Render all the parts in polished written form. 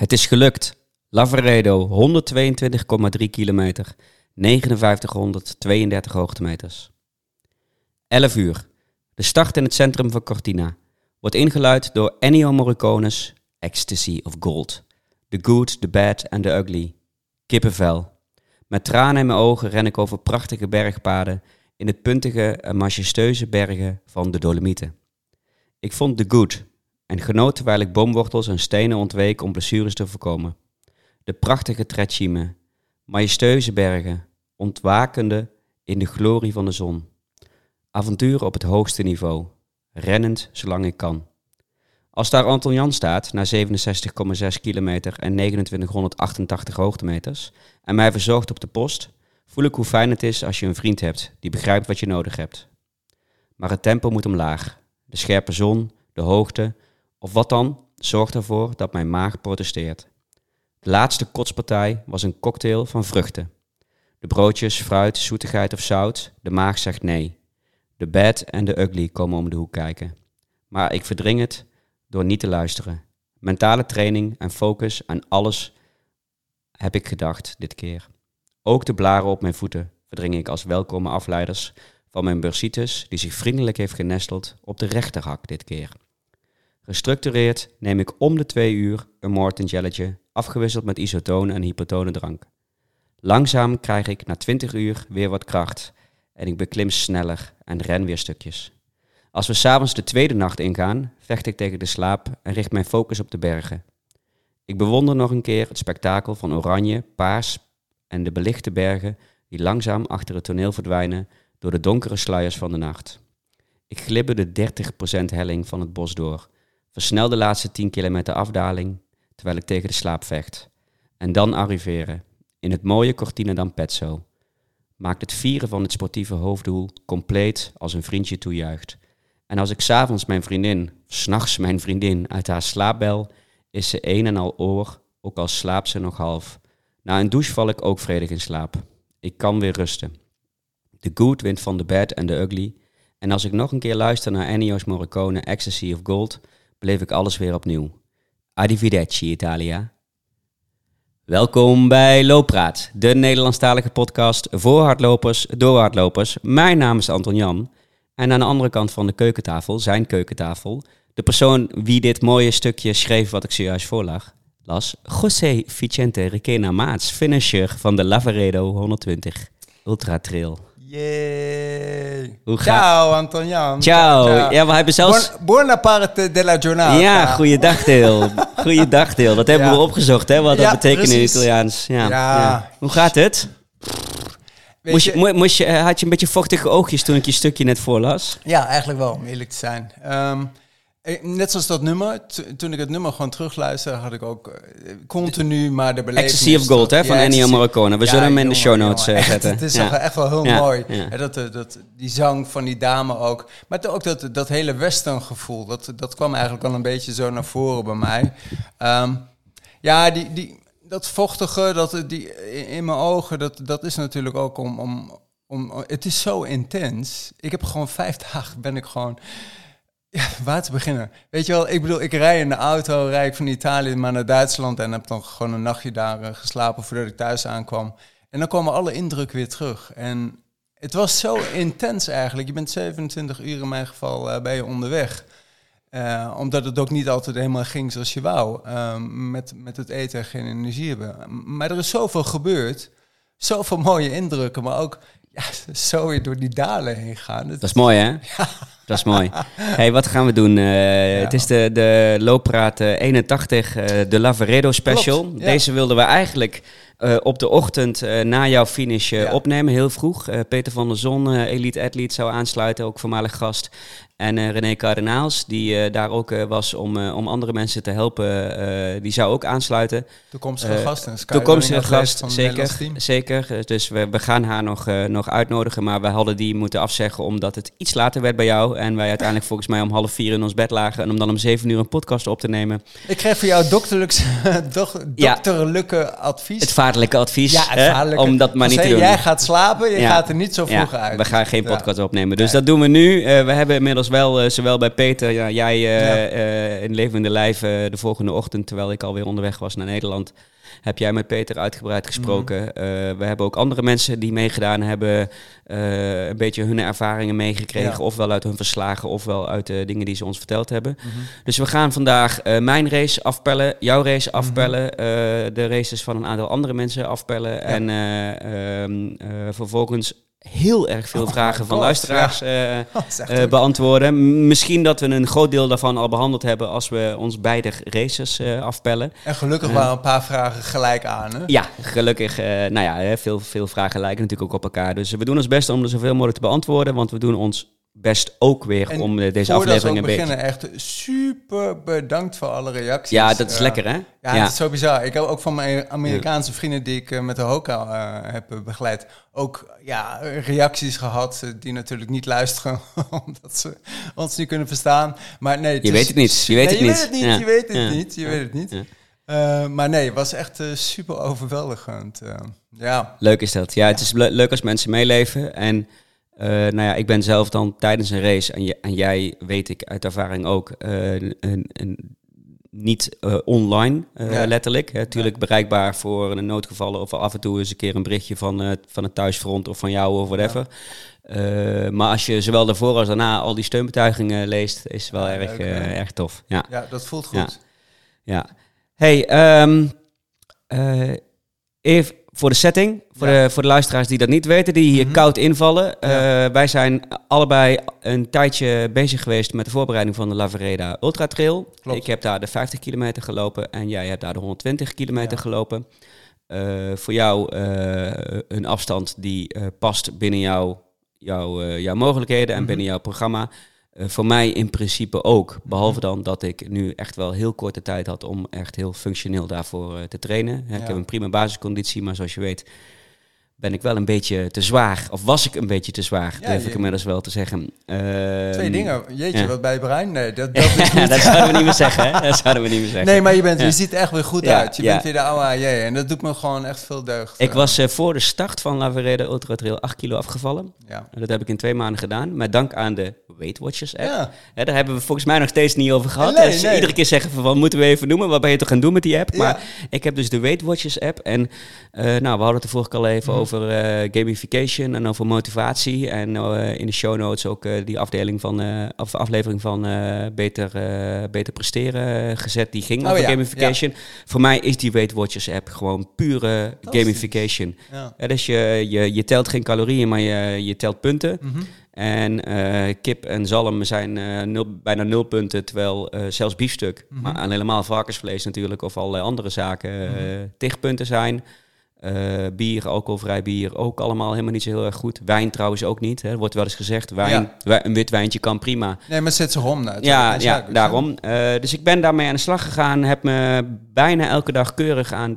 Het is gelukt. Lavaredo, 122,3 kilometer, 5932 hoogtemeters. 11 uur. De start in het centrum van Cortina wordt ingeluid door Ennio Morricone's Ecstasy of Gold. The Good, The Bad and The Ugly. Kippenvel. Met tranen in mijn ogen ren ik over prachtige bergpaden in de puntige en majestueuze bergen van de Dolomieten. Ik vond The Good en genoot terwijl ik boomwortels en stenen ontweek om blessures te voorkomen. De prachtige Trecime, majestueuze bergen, ontwakende in de glorie van de zon. Avonturen op het hoogste niveau, rennend zolang ik kan. Als daar Anton Jan staat, na 67,6 kilometer en 2988 hoogtemeters, en mij verzorgt op de post, voel ik hoe fijn het is als je een vriend hebt die begrijpt wat je nodig hebt. Maar het tempo moet omlaag. De scherpe zon, de hoogte, of wat dan, zorgt ervoor dat mijn maag protesteert. De laatste kotspartij was een cocktail van vruchten. De broodjes, fruit, zoetigheid of zout, de maag zegt nee. De bad en de ugly komen om de hoek kijken. Maar ik verdring het door niet te luisteren. Mentale training en focus en alles heb ik gedacht dit keer. Ook de blaren op mijn voeten verdring ik als welkome afleiders van mijn bursitis die zich vriendelijk heeft genesteld op de rechterhak dit keer. Gestructureerd neem ik om de 2 uur een Morten gelletje, afgewisseld met isotone en hypotone drank. Langzaam krijg ik na 20 uur weer wat kracht en ik beklim sneller en ren weer stukjes. Als we 's avonds de tweede nacht ingaan, vecht ik tegen de slaap en richt mijn focus op de bergen. Ik bewonder nog een keer het spektakel van oranje, paars en de belichte bergen die langzaam achter het toneel verdwijnen door de donkere sluiers van de nacht. Ik glibber de 30% helling van het bos door, versnel de laatste 10 kilometer afdaling terwijl ik tegen de slaap vecht. En dan arriveren in het mooie Cortina d'Ampezzo. Maakt het vieren van het sportieve hoofddoel compleet als een vriendje toejuicht. En als ik 's avonds mijn vriendin, 's nachts mijn vriendin, uit haar slaap bel, is ze een en al oor, ook al slaapt ze nog half. Na een douche val ik ook vredig in slaap. Ik kan weer rusten. The Good wint van The Bad en The Ugly. En als ik nog een keer luister naar Ennio's Morricone Ecstasy of Gold, beleef ik alles weer opnieuw. Arrivederci, Italia. Welkom bij Looppraat, de Nederlandstalige podcast voor hardlopers, door hardlopers. Mijn naam is Anton Jan. En aan de andere kant van de keukentafel, zijn keukentafel, de persoon wie dit mooie stukje schreef wat ik zojuist las, José Vicente Requena Maats, finisher van de Lavaredo 120 Ultra Trail. Yay! Ciao, Anton Jan. Ciao. Ja, we hebben zelfs... Buona parte della giornata. Ja, goeiedag Deel. Goeiedag Deel. Dat hebben we opgezocht, hè, wat dat betekent in het Italiaans. Ja. Hoe gaat het? Had je een beetje vochtige oogjes toen ik je stukje net voorlas? Ja, eigenlijk wel, om eerlijk te zijn. Net zoals dat nummer, toen ik het nummer gewoon terugluisterde, had ik ook continu maar de beleving. Ecstasy of Gold, hè, van Ennio Morricone. We zullen hem in de show notes zetten. Het is echt wel heel mooi. Ja. Die zang van die dame ook. Maar ook dat hele western gevoel, dat kwam eigenlijk al een beetje zo naar voren bij mij. Dat vochtige, in mijn ogen, dat is natuurlijk ook om... Het is zo intens. Ik heb gewoon 5 dagen ben ik gewoon... Ja, waar te beginnen? Weet je wel, ik bedoel, ik rij in de auto, rijd ik van Italië maar naar Duitsland en heb dan gewoon een nachtje daar geslapen voordat ik thuis aankwam. En dan kwamen alle indrukken weer terug. En het was zo intens eigenlijk. Je bent 27 uur in mijn geval ben je onderweg. Omdat het ook niet altijd helemaal ging zoals je wou. Met het eten en geen energie hebben. Maar er is zoveel gebeurd. Zoveel mooie indrukken, maar ook zo weer door die dalen heen gaan. Dat is mooi, hè? Ja. Dat is mooi. Hey, wat gaan we doen? Het is de Looppraat 81, de Lavaredo special. Klopt, ja. Deze wilden we eigenlijk op de ochtend na jouw finish opnemen, heel vroeg. Peter van der Zon, Elite Athlete, zou aansluiten, ook voormalig gast. En René Cardenaals, die daar ook was om andere mensen te helpen, die zou ook aansluiten. Toekomstige gast. Toekomstige gast, zeker. Dus we gaan haar nog uitnodigen, maar we hadden die moeten afzeggen omdat het iets later werd bij jou. En wij uiteindelijk volgens mij om 3:30 in ons bed lagen en om dan om 7 uur een podcast op te nemen. Ik kreeg voor jou dokterlijke advies. Het vaderlijke advies. Ja, het vaderlijke. Om dat maar niet te doen. Jij gaat slapen, je gaat er niet zo vroeg uit. We gaan geen podcast opnemen. Dus dat doen we nu. We hebben inmiddels wel zowel bij Peter, jij in levende lijven de volgende ochtend, terwijl ik alweer onderweg was naar Nederland, heb jij met Peter uitgebreid gesproken. We hebben ook andere mensen die meegedaan hebben, een beetje hun ervaringen meegekregen, ofwel uit hun verslagen, ofwel uit de dingen die ze ons verteld hebben. Dus we gaan vandaag mijn race afpellen, jouw race afpellen, de races van een aantal andere mensen afpellen en vervolgens heel erg veel vragen van luisteraars beantwoorden. Misschien dat we een groot deel daarvan al behandeld hebben als we ons beide races afpellen. En gelukkig waren een paar vragen gelijk aan, hè? Ja, gelukkig. Veel vragen lijken natuurlijk ook op elkaar. Dus we doen ons best om er zoveel mogelijk te beantwoorden, want we doen ons best ook weer en om deze aflevering een beetje... Voordat we beginnen, echt super bedankt voor alle reacties. Ja, dat is lekker, hè? Ja, dat is zo bizar. Ik heb ook van mijn Amerikaanse vrienden die ik met de Hoka heb begeleid, ook reacties gehad die natuurlijk niet luisteren, omdat ze ons niet kunnen verstaan. Maar nee, je weet het niet. Je weet het niet. Maar nee, het was echt super overweldigend. Leuk is dat. Ja, het is leuk als mensen meeleven. En ik ben zelf dan tijdens een race, en jij weet ik uit ervaring ook, niet online, letterlijk. Natuurlijk bereikbaar voor een noodgevallen of af en toe eens een keer een berichtje van het thuisfront of van jou of whatever. Maar als je zowel daarvoor als daarna al die steunbetuigingen leest, is wel erg tof. Ja, dat voelt goed. Ja. Hey, even voor de setting, voor de luisteraars die dat niet weten, die hier koud invallen. Wij zijn allebei een tijdje bezig geweest met de voorbereiding van de La Vereda Ultra Trail. Klopt. Ik heb daar de 50 kilometer gelopen en jij hebt daar de 120 kilometer gelopen. Voor jou een afstand die past binnen jouw mogelijkheden en binnen jouw programma. Voor mij in principe ook. Behalve dan dat ik nu echt wel heel korte tijd had om echt heel functioneel daarvoor te trainen. Ik heb een prima basisconditie, maar zoals je weet ben ik wel een beetje te zwaar. Of was ik een beetje te zwaar, durf ik inmiddels wel te zeggen. 2 dingen. Jeetje, wat bij je brein? Nee, dat is niet. Dat zouden we niet meer zeggen, hè? Dat zouden we niet meer zeggen. Nee, maar je ziet er echt weer goed uit. Je bent weer de oude AJ. En dat doet me gewoon echt veel deugd. Ik was voor de start van La Vereda Ultra Trail 8 kilo afgevallen. Ja. Dat heb ik in 2 maanden gedaan. Met dank aan de Weight Watchers app. Ja, daar hebben we volgens mij nog steeds niet over gehad. Nee. Iedere keer zeggen van, moeten we even noemen? Wat ben je toch gaan doen met die app? Maar ik heb dus de Weight Watchers app. En we hadden het er vorige keer al even over gamification en over motivatie. En in de show notes ook die aflevering van Beter Presteren gezet. Die ging over gamification. Ja. Voor mij is die Weight Watchers app gewoon pure gamification. Ja. Dus je telt geen calorieën, maar je telt punten. En kip en zalm zijn bijna 0 punten, terwijl zelfs biefstuk, maar aan helemaal varkensvlees natuurlijk, of allerlei andere zaken, 10 punten zijn. Bier, alcoholvrij bier, ook allemaal helemaal niet zo heel erg goed. Wijn trouwens ook niet. Er wordt wel eens gezegd, een wit wijntje kan prima. Nee, maar het zit zich om. Daarom. Dus ik ben daarmee aan de slag gegaan. Heb me bijna elke dag keurig aan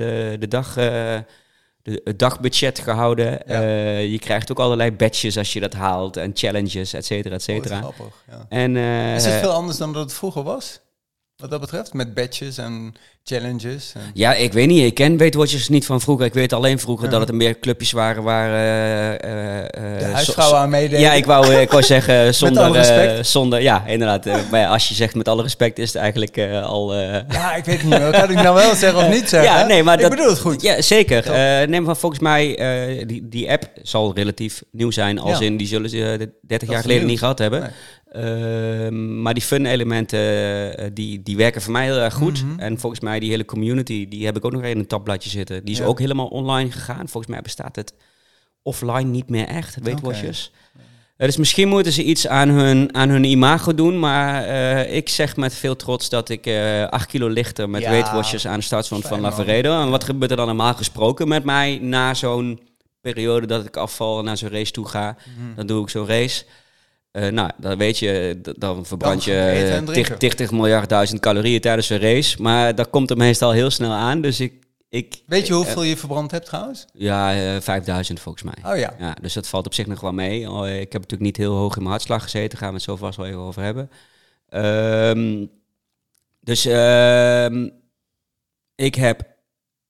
het dagbudget gehouden. Ja. Je krijgt ook allerlei badges als je dat haalt. En challenges, et cetera, et cetera. Grappig, ja. En, is het veel anders dan dat het vroeger was? Wat dat betreft, met badges en challenges? Ja, ik weet niet. Ik ken Weight Watchers niet van vroeger. Ik weet alleen vroeger dat het meer clubjes waren waar... de huisvrouwen aan meededen. Ja, ik wou zeggen zonder... Ja, inderdaad. Maar als je zegt met alle respect is het eigenlijk al... Ja, ik weet niet. Kan ik nou wel zeggen of niet zeggen? Ja, nee, maar ik bedoel het goed. Ja, zeker. Maar volgens mij, die app zal relatief nieuw zijn. Als in, die zullen ze 30 jaar geleden niet gehad hebben. Nee. Maar die fun elementen, die werken voor mij heel erg goed. En volgens mij die hele community, die heb ik ook nog in een tabbladje zitten. Die is ook helemaal online gegaan. Volgens mij bestaat het offline niet meer echt, Weight Watchers. Dus misschien moeten ze iets aan hun imago doen. Maar ik zeg met veel trots dat ik 8 kilo lichter met Weight Watchers aan de start stond van La Vereda. En wat gebeurt er dan normaal gesproken met mij na zo'n periode dat ik afval en naar zo'n race toe ga? Dan doe ik zo'n race. Dan weet je, dan verbrand je 30 miljard duizend calorieën tijdens een race. Maar dat komt er meestal heel snel aan. Dus weet je hoeveel je verbrand hebt trouwens? Ja, 5000 volgens mij. Oh ja. Dus dat valt op zich nog wel mee. Ik heb natuurlijk niet heel hoog in mijn hartslag gezeten. Daar gaan we het zo vast wel even over hebben. Ik heb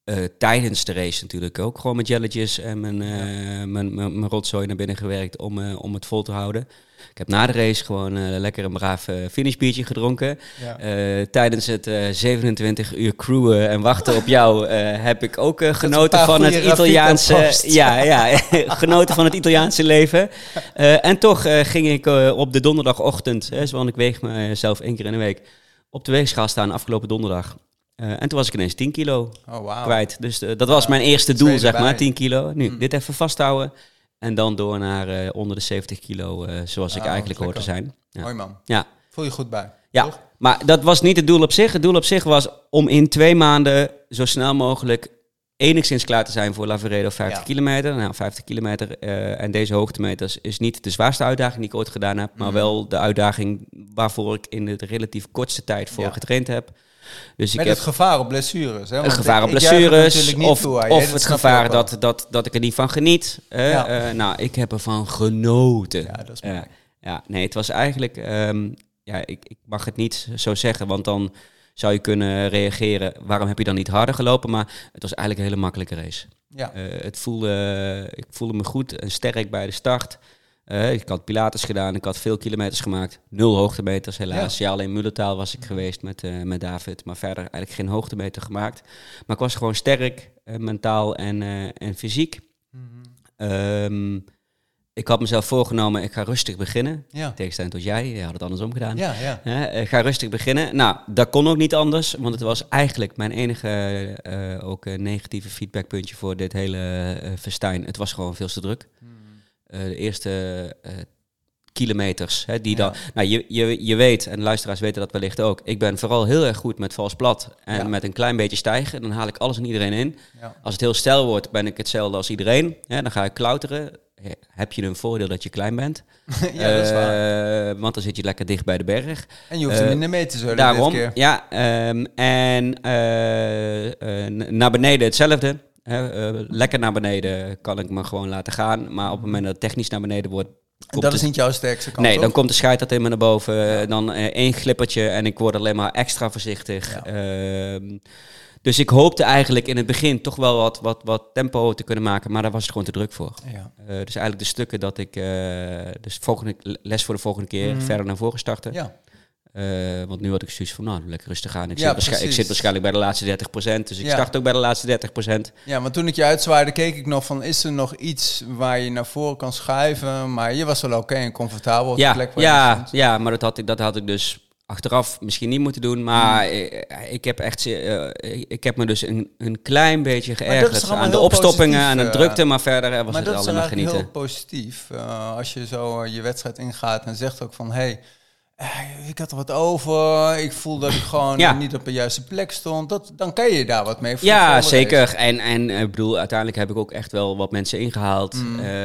tijdens de race natuurlijk ook gewoon met jelletjes en mijn rotzooi naar binnen gewerkt om het vol te houden. Ik heb na de race gewoon lekker een braaf finishbiertje gedronken. Ja. Tijdens het 27 uur crewen en wachten op jou heb ik ook genoten van het Italiaanse... genoten van het Italiaanse leven. En toch ging ik op de donderdagochtend, want ik weeg mezelf 1 keer in de week, op de weegschaal staan afgelopen donderdag. En toen was ik ineens 10 kilo kwijt. Dus dat was mijn eerste doel, zeg maar, 10 kilo. Nu, dit even vasthouden. En dan door naar onder de 70 kilo, zoals ik eigenlijk hoor te zijn. Ja. Mooi man. Ja. Voel je goed bij. Ja, toch? Maar dat was niet het doel op zich. Het doel op zich was om in 2 maanden zo snel mogelijk enigszins klaar te zijn voor La Veredo 50 kilometer. Nou, 50 kilometer en deze hoogtemeters is niet de zwaarste uitdaging die ik ooit gedaan heb, maar wel de uitdaging waarvoor ik in de relatief kortste tijd voor getraind heb. Dus met het gevaar op blessures. Hè? Het gevaar op blessures of het gevaar dat ik er niet van geniet. Nou, ik heb ervan genoten. Ja, dat is mooi. Nee, het was eigenlijk... ik mag het niet zo zeggen, want dan zou je kunnen reageren. Waarom heb je dan niet harder gelopen? Maar het was eigenlijk een hele makkelijke race. Ja. Ik voelde me goed en sterk bij de start. Ik had Pilates gedaan, ik had veel kilometers gemaakt. 0 hoogtemeters helaas. Ja, alleen Mullertaal was ik geweest met David. Maar verder eigenlijk geen hoogtemeter gemaakt. Maar ik was gewoon sterk, mentaal en fysiek. Mm-hmm. Ik had mezelf voorgenomen, ik ga rustig beginnen. Ja. Tegenstelling tot jij, je had het andersom gedaan. Ik ga rustig beginnen. Nou, dat kon ook niet anders, want het was eigenlijk mijn enige ook negatieve feedbackpuntje voor dit hele festijn. Het was gewoon veel te druk. De eerste kilometers, die dan... Nou, je weet, en de luisteraars weten dat wellicht ook, ik ben vooral heel erg goed met vals plat en met een klein beetje stijgen. Dan haal ik alles en iedereen in. Ja. Als het heel steil wordt, ben ik hetzelfde als iedereen. Dan ga ik klauteren. Heb je een voordeel dat je klein bent. Ja, dat is waar. Want dan zit je lekker dicht bij de berg. En je hoeft hem minder mee te zullen daarom, dit keer. Ja. Naar beneden hetzelfde. Lekker naar beneden kan ik me gewoon laten gaan. Maar op het moment dat het technisch naar beneden wordt... En dat is niet jouw sterkste kant, Nee, toch? dan komt de scheitert in me naar boven. Ja. Dan 1 glippertje en ik word alleen maar extra voorzichtig. Ja. Dus ik hoopte eigenlijk in het begin toch wel wat tempo te kunnen maken, maar daar was het gewoon te druk voor. Ja. Dus eigenlijk de stukken dat ik les voor de volgende keer verder naar voren starten. Ja. Want nu had ik zoiets van, nou, lekker rustig aan. Ik zit waarschijnlijk bij de laatste 30%, dus ik start ook bij de laatste 30%. Ja, want toen ik je uitzwaaide, keek ik nog van, is er nog iets waar je naar voren kan schuiven? Maar je was wel oké en comfortabel op de plek waar je stond. Ja, maar dat had ik dus achteraf misschien niet moeten doen, maar ik heb me dus een klein beetje geërgerd aan de opstoppingen en de drukte, maar verder was het allemaal genieten. Maar dat is heel positief. Als je zo je wedstrijd ingaat en zegt ook van, hey, ik had er wat over, ik voel dat ik gewoon niet op de juiste plek stond. Dan kan je daar wat mee. Ja, zeker. En ik bedoel, uiteindelijk heb ik ook echt wel wat mensen ingehaald.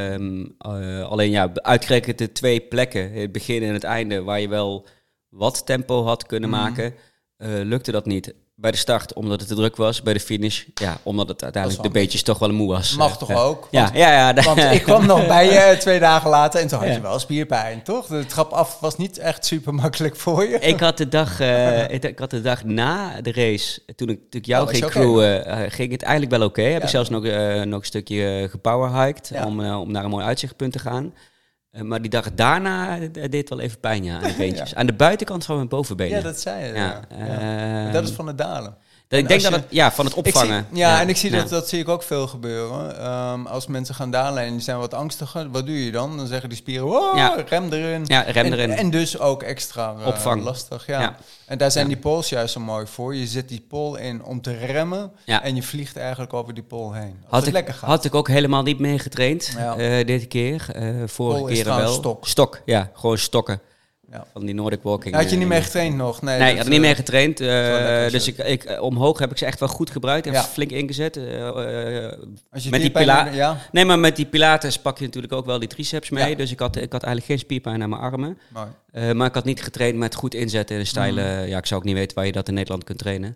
Alleen uitgerekend de 2 plekken, het begin en het einde, waar je wel wat tempo had kunnen maken, lukte dat niet. Bij de start, omdat het te druk was. Bij de finish, omdat het uiteindelijk de beetjes toch wel een moe was. Mag toch ook? Want, want ik kwam nog bij je 2 dagen later en toen had je wel spierpijn, toch? De trap af was niet echt super makkelijk voor je. Ik had de dag na de race, toen ik jou ging crewen, ging het eigenlijk wel oké. Heb ik zelfs nog een stukje gepowerhiked om naar een mooi uitzichtpunt te gaan. Maar die dag daarna deed wel even pijn, aan de beentjes. Ja. Aan de buitenkant van mijn bovenbenen. Ja, dat zei je. Dat is van het dalen. Ik denk dat het van het opvangen. En ik zie dat zie ik ook veel gebeuren. Als mensen gaan dalen en die zijn wat angstiger, wat doe je dan? Dan zeggen die spieren, rem erin. Ja, rem erin. En dus ook extra lastig. Ja. En daar zijn die pols juist zo mooi voor. Je zet die pol in om te remmen en je vliegt eigenlijk over die pol heen. Als het lekker gaat. Had ik ook helemaal niet mee getraind dit keer. Vorige keer wel. Stok, gewoon stokken. Ja. Van die Nordic Walking. Had je niet mee getraind nog? Nee, ik had er niet mee getraind. Dus ik omhoog heb ik ze echt wel goed gebruikt. En flink ingezet. Als je met die Nee, maar met die Pilates pak je natuurlijk ook wel die triceps mee. Ja. Dus ik had eigenlijk geen spierpijn aan mijn armen. Maar ik had niet getraind met goed inzetten in een stijle... ik zou ook niet weten waar je dat in Nederland kunt trainen.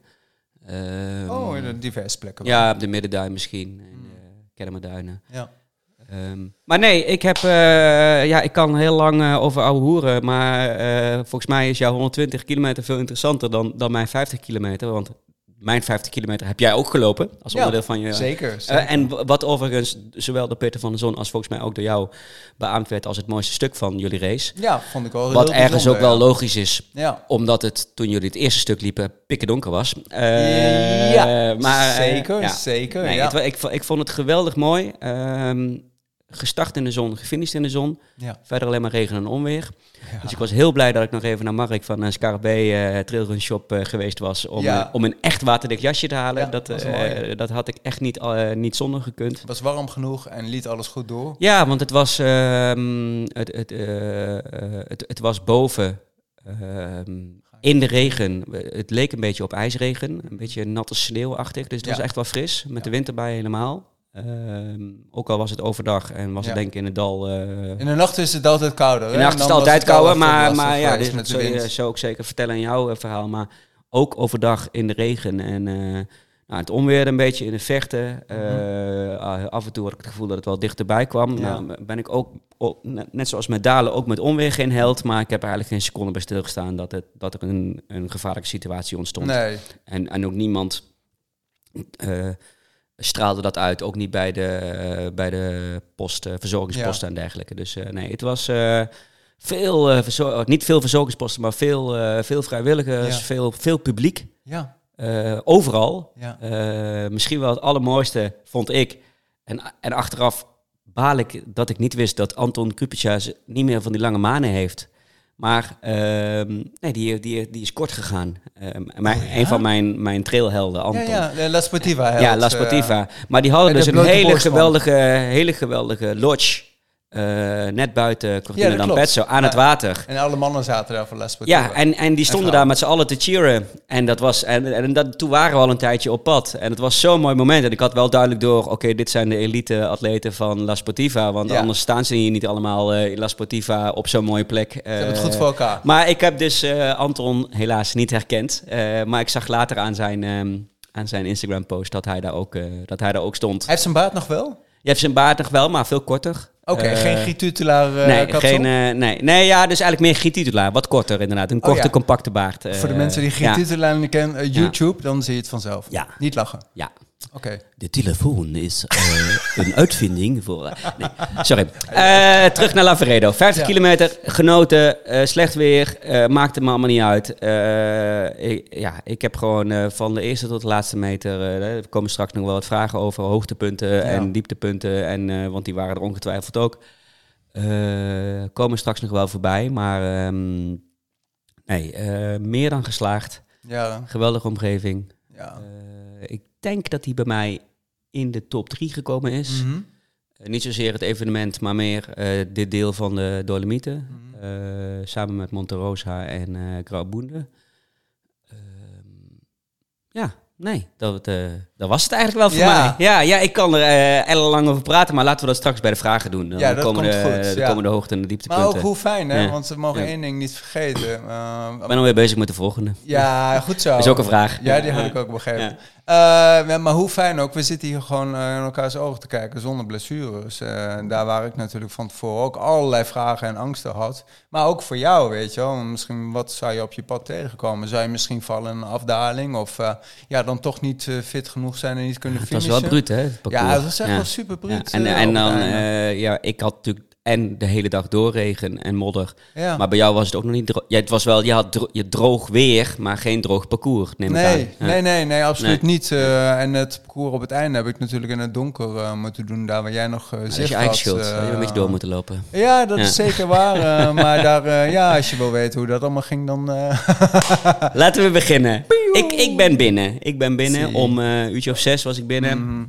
In diverse plekken. Ja, op de Middenduin misschien. In de Kennemerduinen. Ja. Maar nee, ik kan heel lang over ouwe hoeren, maar volgens mij is jouw 120 kilometer veel interessanter dan mijn 50 kilometer, want mijn 50 kilometer heb jij ook gelopen. Als onderdeel van je... Zeker. En wat overigens zowel door Peter van der Zon als volgens mij ook door jou beaamd werd als het mooiste stuk van jullie race. Ja, vond ik wel heel Wat ergens bijzonder, ook wel logisch is, omdat het toen jullie het eerste stuk liepen pikken donker was. Zeker. Nee, ik vond het geweldig mooi. Gestart in de zon, gefinished in de zon. Ja. Verder alleen maar regen en onweer. Ja. Dus ik was heel blij dat ik nog even naar Mark van Scarabée Trailrun Shop geweest was om een echt waterdicht jasje te halen. Ja, dat had ik echt niet zonder gekund. Het was warm genoeg en liet alles goed door. Ja, want het was, het was boven in de regen. Het leek een beetje op ijsregen. Een beetje natte sneeuwachtig. Dus het was echt wel fris. Met de wind erbij helemaal. Ook al was het overdag en was het denk ik in het dal... in de nacht is het altijd kouder. In de nacht is het altijd kouder, maar ja, dat zou ik zeker vertellen in jouw verhaal. Maar ook overdag in de regen en het onweer een beetje in de verte. Af en toe had ik het gevoel dat het wel dichterbij kwam. Ja. Nou ben ik ook, net zoals met Dalen, ook met onweer geen held. Maar ik heb er eigenlijk geen seconde bij stilgestaan dat er een gevaarlijke situatie ontstond. Nee. En ook niemand... straalde dat uit, ook niet bij de verzorgingsposten en dergelijke. Dus nee, het was niet veel verzorgingsposten, maar veel vrijwilligers, veel publiek. Ja. Overal. Ja. Misschien wel het allermooiste vond ik. En achteraf baal ik dat ik niet wist dat Anton Kupica niet meer van die lange manen heeft. Maar die is kort gegaan. Een van mijn trailhelden, Anton. Ja, La Sportiva held. Ja, La Sportiva. Maar die hadden dus een hele geweldige lodge. Net buiten Cortina d'Ampezzo, aan het water. En alle mannen zaten daar voor La Sportiva. Ja, en die stonden daar met z'n allen te cheeren. En toen waren we al een tijdje op pad. En het was zo'n mooi moment. En ik had wel duidelijk door, oké, dit zijn de elite-atleten van La Sportiva. Want anders staan ze hier niet allemaal in La Sportiva op zo'n mooie plek. Ze hebben het goed voor elkaar. Maar ik heb dus Anton helaas niet herkend. Maar ik zag later aan zijn Instagram-post dat hij daar ook stond. Hij heeft zijn baard nog wel? Je hebt zijn baard nog wel, maar veel korter. Oké, geen Giet-Tutelaar nee, ja, dus eigenlijk meer Giet-Tutelaar. Wat korter inderdaad. Een korte, compacte baard. Voor de mensen die Giet-Tutelaar niet kennen, YouTube, dan zie je het vanzelf. Ja. Niet lachen. Ja. Okay. De telefoon is een uitvinding voor... nee, sorry. Terug naar Lavaredo. 50 kilometer, genoten, slecht weer, maakte me allemaal niet uit. Ik heb gewoon van de eerste tot de laatste meter... er komen straks nog wel wat vragen over hoogtepunten en dieptepunten. Want die waren er ongetwijfeld ook. Komen straks nog wel voorbij, maar meer dan geslaagd. Ja. Geweldige omgeving. Ja. Ik denk dat hij bij mij in de top 3 gekomen is. Mm-hmm. Niet zozeer het evenement, maar meer dit deel van de Dolomieten. Mm-hmm. Samen met Monte Rosa en Graubünden. Dat was het eigenlijk wel voor mij. Ja, ik kan er ellenlang over praten, maar laten we dat straks bij de vragen doen. Dan komen de hoogte- en de dieptepunten. Maar ook hoe fijn, hè? Want we mogen één ding niet vergeten. Ik ben alweer bezig met de volgende. Ja, goed zo. Dat is ook een vraag. Ja, die had ik ook begrepen. Maar hoe fijn ook. We zitten hier gewoon in elkaars ogen te kijken zonder blessures. Daar waar ik natuurlijk van tevoren ook allerlei vragen en angsten had. Maar ook voor jou, weet je wel. Misschien, wat zou je op je pad tegenkomen? Zou je misschien vallen in een afdaling? Of dan toch niet fit genoeg zijn en niet kunnen finishen? Dat was wel bruut, hè? Het parcours. Ja, dat was echt wel super bruut. Ja. En dan, ik had natuurlijk en de hele dag doorregen en modder. Ja. Maar bij jou was het ook nog niet droog. Ja, het was wel, je droog weer, maar geen droog parcours, neem ik aan. Nee, absoluut niet. En het parcours op het einde heb ik natuurlijk in het donker moeten doen, daar waar jij nog zicht had. Dat is je eigen schuld, je hebt een beetje door moeten lopen. Ja, dat is zeker waar. Maar daar, als je wil weten hoe dat allemaal ging, dan... Laten we beginnen. Ik ben binnen. Om uurtje of 6 was ik binnen. Mm-hmm.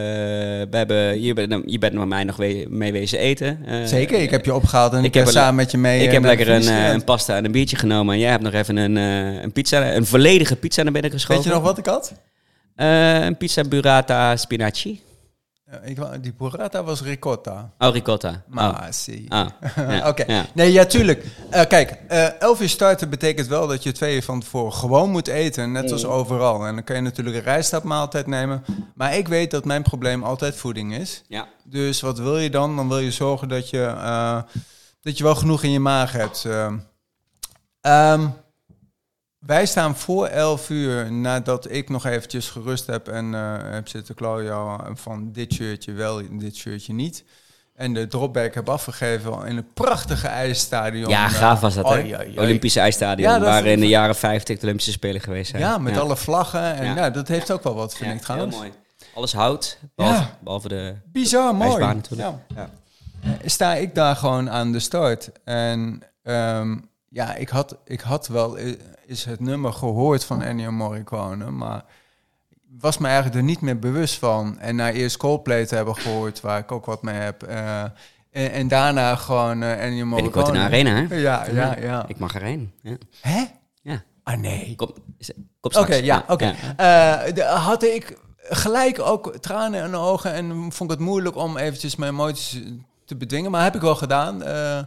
Je bent met mij nog mee wezen eten. Zeker, ik heb je opgehaald en ik heb samen met je mee. Ik heb lekker een pasta en een biertje genomen. En jij hebt nog even een pizza, een volledige pizza naar binnen geschoven. Weet je nog wat ik had? Een pizza burrata spinaci. Die burrata was ricotta. Oh, ricotta. Maar zie. Oké. Ja. Nee, ja, tuurlijk. Kijk, 11 uur starten betekent wel dat je 2 uur van tevoren gewoon moet eten. Net als overal. En dan kan je natuurlijk een rijstapmaaltijd nemen. Maar ik weet dat mijn probleem altijd voeding is. Ja. Dus wat wil je dan? Dan wil je zorgen dat je wel genoeg in je maag hebt. Wij staan voor 11 uur nadat ik nog eventjes gerust heb en heb zitten klooien van dit shirtje wel, dit shirtje niet. En de dropback heb afgegeven in een prachtige ijsstadion. Ja, gaaf was dat, hè? Olympische ijsstadion, waar in de jaren 50 de Olympische Spelen geweest zijn. Ja, met alle vlaggen. En dat heeft ook wel wat, vind ik trouwens. Heel mooi. Alles hout, behalve de bizar mooi. ijsbaan natuurlijk. Ja. Sta ik daar gewoon aan de start. En ik had wel eens het nummer gehoord van Ennio Morricone, maar was me eigenlijk er niet meer bewust van. En na eerst Coldplay te hebben gehoord, waar ik ook wat mee heb. En daarna gewoon Ennio Morricone. Binnenkort in de arena, hè? Ja. Ik mag erheen. Ja. Hè? Ja. Ah, nee. Kom straks. Oké. Had ik gelijk ook tranen in de ogen en vond ik het moeilijk om eventjes mijn emoties te bedwingen. Maar heb ik wel gedaan.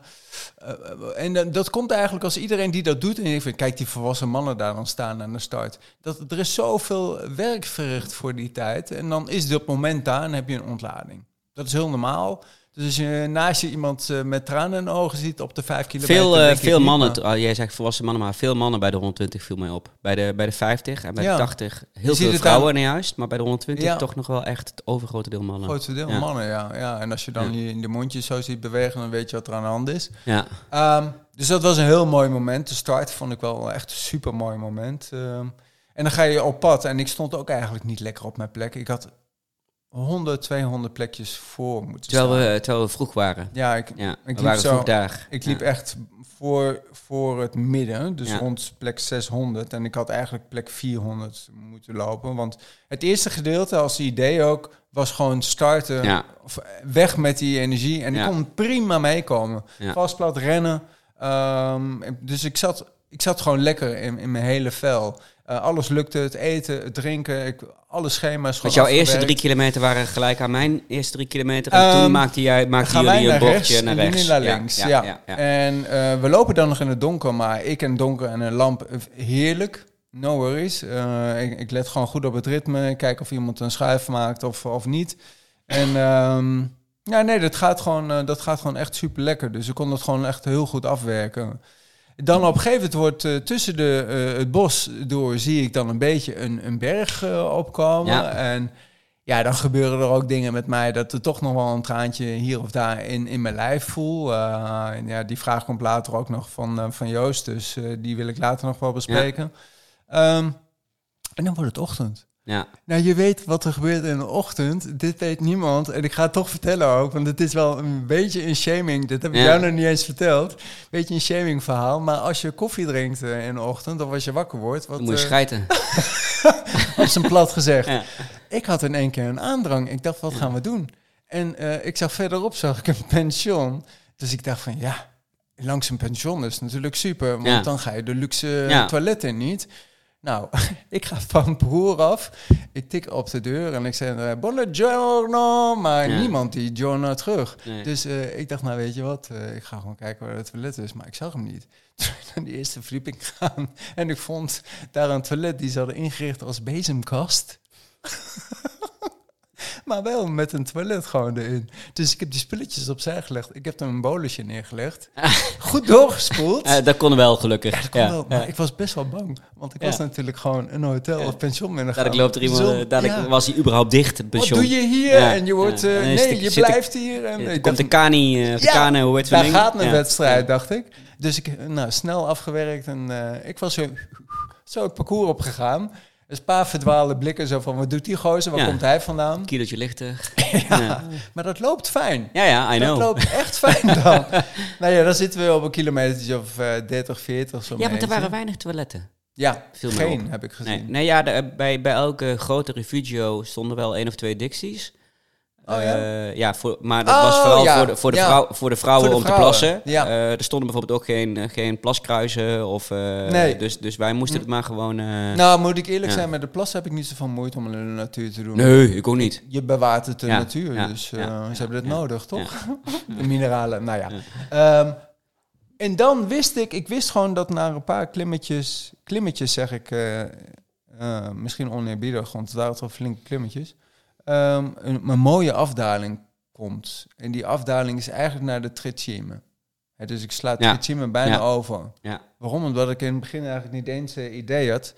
En dat komt eigenlijk als iedereen die dat doet. En ik vind, kijk, die volwassen mannen daar dan staan aan de start. Er is zoveel werk verricht voor die tijd. En dan is dat moment daar en heb je een ontlading. Dat is heel normaal. Dus als je naast je iemand met tranen in de ogen ziet op de 5 kilometer... Veel mannen, jij zegt volwassen mannen, maar veel mannen bij de 120 viel mij op. Bij de 50 en bij de 80 heel veel vrouwen niet juist. Maar bij de 120 toch nog wel echt het overgrote deel mannen. Het grootste deel mannen, ja. En als je dan in de mondjes zo ziet bewegen, dan weet je wat er aan de hand is. Ja. Dus dat was een heel mooi moment. De start vond ik wel echt een super mooi moment. En dan ga je op pad. En ik stond ook eigenlijk niet lekker op mijn plek. Ik had 100, 200 plekjes voor moeten staan. Terwijl we vroeg waren. Ja, ik liep waren zo, vroeg daar. Ik liep echt voor het midden, dus rond plek 600. En ik had eigenlijk plek 400 moeten lopen. Want het eerste gedeelte, als idee ook, was gewoon starten. Ja. Weg met die energie. En ik kon prima meekomen. Ja. Vast plat rennen. Dus ik zat gewoon lekker in mijn hele vel. Alles lukte, het eten, het drinken, alle schema's. Want jouw eerste 3 kilometer waren gelijk aan mijn eerste 3 kilometer. En toen maakten jullie een bochtje naar rechts. Naar links, ja. En we lopen dan nog in het donker, maar ik en donker en een lamp, heerlijk. No worries. Ik let gewoon goed op het ritme. Kijk of iemand een schuif maakt of niet. En dat gaat gewoon echt super lekker. Dus ik kon dat gewoon echt heel goed afwerken. Dan op een gegeven moment wordt tussen het bos door zie ik dan een beetje een berg opkomen. Ja. En ja, dan gebeuren er ook dingen met mij dat er toch nog wel een traantje hier of daar in mijn lijf voel. Die vraag komt later ook nog van Joost, dus die wil ik later nog wel bespreken. Ja. En dan wordt het ochtend. Ja. Nou, je weet wat er gebeurt in de ochtend. Dit weet niemand. En ik ga het toch vertellen ook. Want het is wel een beetje een shaming. Dit heb ik jou nog niet eens verteld. Beetje een shaming verhaal. Maar als je koffie drinkt in de ochtend, of als je wakker wordt... Dan moet je schijten. Op zijn plat gezegd. Ja. Ik had in één keer een aandrang. Ik dacht, wat gaan we doen? En ik zag verderop zag ik een pension. Dus ik dacht van, langs een pension is natuurlijk super. Want dan ga je de luxe toiletten niet... Nou, ik ga van broer af. Ik tik op de deur en ik zeg, buongiorno. Maar niemand die giorno terug. Nee. Dus ik dacht, nou weet je wat, ik ga gewoon kijken waar het toilet is. Maar ik zag hem niet. Toen ben ik naar die eerste verdieping gegaan. En ik vond daar een toilet die ze hadden ingericht als bezemkast. Maar wel met een toilet gewoon erin. Dus ik heb die spulletjes opzij gelegd. Ik heb er een bolusje neergelegd. Goed doorgespoeld. Dat kon wel, gelukkig. Ja, dat kon wel. Maar ik was best wel bang. Want ik was natuurlijk gewoon een hotel of pension binnengegaan. Dadelijk loopt er iemand... Was hij überhaupt dicht, het pension. Wat doe je hier? En je wordt... je blijft hier. En komt de Kani... hoe heet daar gaat mijn wedstrijd, dacht ik. Dus ik snel afgewerkt. En ik was zo het parcours opgegaan. Dus een paar verdwaalde blikken zo van, wat doet die gozer? Waar komt hij vandaan? Kilootje lichter. Maar dat loopt fijn. Ja, I know. Dat loopt echt fijn dan. Nou ja, dan zitten we op een kilometer of 30, 40 zo. Ja, want er waren weinig toiletten. Ja, geen heb ik gezien. Nee, bij elke grote refugio stonden wel 1 of 2 Dixies. Maar dat was vooral voor de vrouwen om te plassen. Ja. Er stonden bijvoorbeeld ook geen plaskruizen. Dus wij moesten het maar gewoon... Nou, moet ik eerlijk zijn, met de plas heb ik niet zoveel moeite om in de natuur te doen. Nee, ik ook niet. Je bewaart het de natuur, dus ze hebben het nodig, toch? De mineralen, nou ja. En dan wist ik wist gewoon dat na een paar klimmetjes zeg ik, misschien oneerbiedig, want het waren toch flinke klimmetjes, een mooie afdaling komt. En die afdaling is eigenlijk naar de Trecime. Dus ik sla Trecime bijna over. Ja. Waarom? Omdat ik in het begin eigenlijk niet eens idee had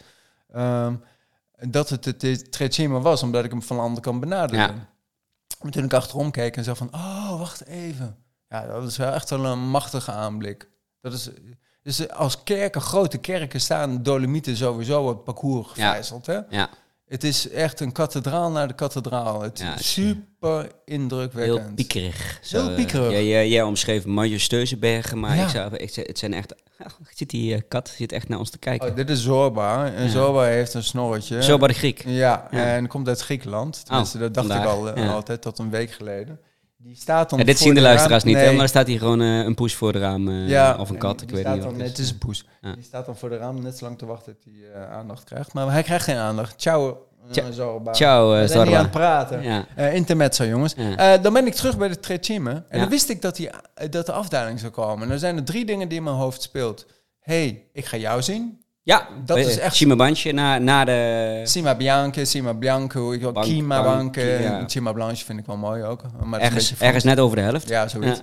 dat het Trecime was, omdat ik hem van de andere kant benaderde. Ja. Maar toen ik achterom keek en zei van, wacht even. Ja, dat is wel echt wel een machtige aanblik. Dat is... Dus als grote kerken staan Dolomieten sowieso het parcours gevijzeld. Hè? Ja. Het is echt een kathedraal naar de kathedraal. Het is super indrukwekkend. Heel piekerig. Heel piekerig. Jij omschreef majestueuze bergen, maar het zijn echt... Zit die kat zit echt naar ons te kijken. Dit is Zorba. En Zorba heeft een snorretje. Zorba de Griek. Ja, en komt uit Griekenland. Tenminste, dat dacht ik altijd tot een week geleden. Die staat dan dit zien de luisteraars niet, hè? Maar er staat hier gewoon een poes voor de raam of een kat. Ik weet niet wat het is een poes. Ja. Die staat dan voor de raam net zo lang te wachten dat hij aandacht krijgt. Maar hij krijgt geen aandacht. Ciao, Zorba. Ciao, we zijn niet aan het praten. Ja. Intermezzo, jongens. Ja. Dan ben ik terug bij de Trecime. En dan wist ik dat de afdaling zou komen. En er zijn er 3 dingen die in mijn hoofd speelt. Ik ga jou zien. Ja, dat is echt... Cima Blanche na de... Cima Bianche, Cima Bianco, Cima Blanche, Cima Blanche vind ik wel mooi ook. Maar ergens net over de helft. Ja, zoiets.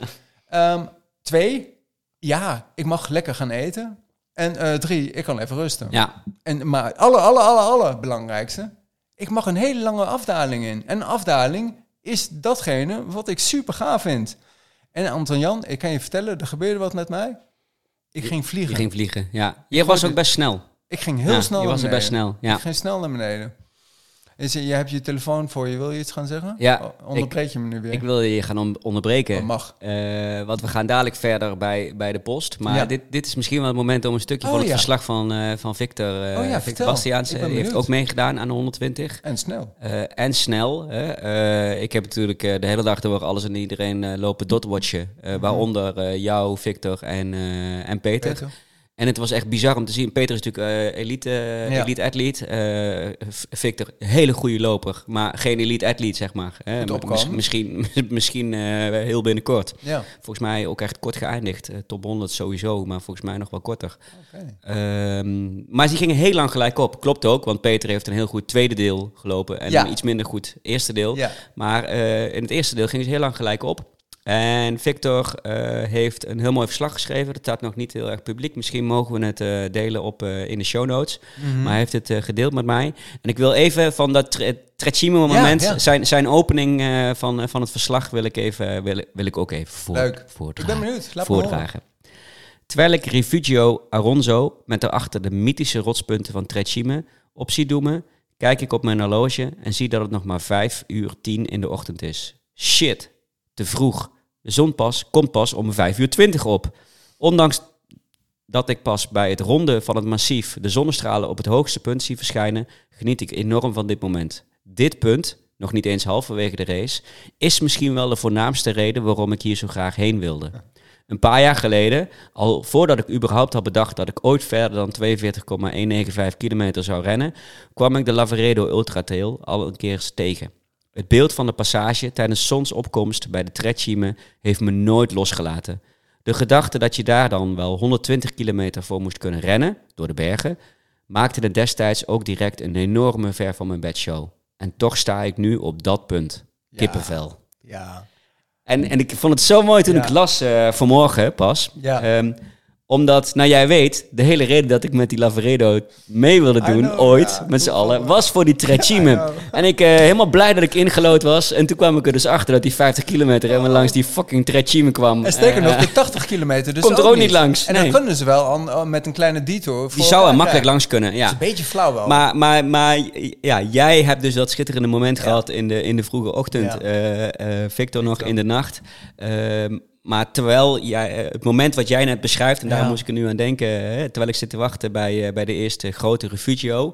2, ik mag lekker gaan eten. En 3, ik kan even rusten. Ja. Maar alle belangrijkste, ik mag een hele lange afdaling in. En een afdaling is datgene wat ik super gaaf vind. En Anton-Jan, ik kan je vertellen, er gebeurde wat met mij. Ik ging vliegen. Je ging vliegen, ja. Je was ook best snel. Ik ging heel snel je was er best snel, ja. Ik ging snel naar beneden. Je hebt je telefoon voor je. Wil je iets gaan zeggen? Ja. Onderbreek je me nu weer? Ik wil je gaan onderbreken. Dat mag. Want we gaan dadelijk verder bij de post. Maar dit is misschien wel het moment om een stukje van het verslag van Victor Bastiaans. Die heeft ook meegedaan aan de 120. En snel. Ik heb natuurlijk de hele dag door alles en iedereen lopen dotwatchen. Waaronder jou, Victor en Peter. En het was echt bizar om te zien. Peter is natuurlijk elite atleet. Victor, hele goede loper, maar geen elite atleet, zeg maar. Misschien heel binnenkort. Ja. Volgens mij ook echt kort geëindigd. Top 100 sowieso, maar volgens mij nog wel korter. Okay. Maar die gingen heel lang gelijk op. Klopt ook, want Peter heeft een heel goed tweede deel gelopen en een iets minder goed eerste deel. Ja. Maar in het eerste deel gingen ze heel lang gelijk op. En Victor heeft een heel mooi verslag geschreven. Dat staat nog niet heel erg publiek. Misschien mogen we het delen in de show notes. Mm-hmm. Maar hij heeft het gedeeld met mij. En ik wil even van dat Trecime moment, zijn opening van het verslag wil ik ook even voordragen. Ik ben benieuwd. Laat voordragen. Terwijl ik Refugio Aronzo met daarachter de mythische rotspunten van Trecime op zie doemen, kijk ik op mijn horloge en zie dat het nog maar 5:10 in de ochtend is. Shit, te vroeg. De zon komt pas om 5:20 op. Ondanks dat ik pas bij het ronden van het massief de zonnestralen op het hoogste punt zie verschijnen, geniet ik enorm van dit moment. Dit punt, nog niet eens halverwege de race, is misschien wel de voornaamste reden waarom ik hier zo graag heen wilde. Een paar jaar geleden, al voordat ik überhaupt had bedacht dat ik ooit verder dan 42,195 kilometer zou rennen, kwam ik de Lavaredo Ultra Trail al een keer tegen. Het beeld van de passage tijdens zonsopkomst bij de Trecime heeft me nooit losgelaten. De gedachte dat je daar dan wel 120 kilometer voor moest kunnen rennen, door de bergen, maakte het destijds ook direct een enorme ver van mijn bedshow. En toch sta ik nu op dat punt. Kippenvel. Ja. En ik vond het zo mooi toen ik las vanmorgen pas. Ja. Omdat, nou jij weet, de hele reden dat ik met die Lavaredo mee wilde doen, met z'n allen, was voor die Trecime. En ik helemaal blij dat ik ingelood was. En toen kwam ik er dus achter dat die 50 kilometer helemaal langs die fucking Trecime kwam. En sterker nog, die 80 kilometer dus komt er ook niet langs. En dan kunnen ze wel met een kleine detour. Die zou er makkelijk langs kunnen, ja. Dat is een beetje flauw wel. Maar jij hebt dus dat schitterende moment gehad in de vroege ochtend. Victor nog in de nacht. Maar terwijl het moment wat jij net beschrijft, en daar moest ik er nu aan denken, terwijl ik zit te wachten bij de eerste grote Refugio.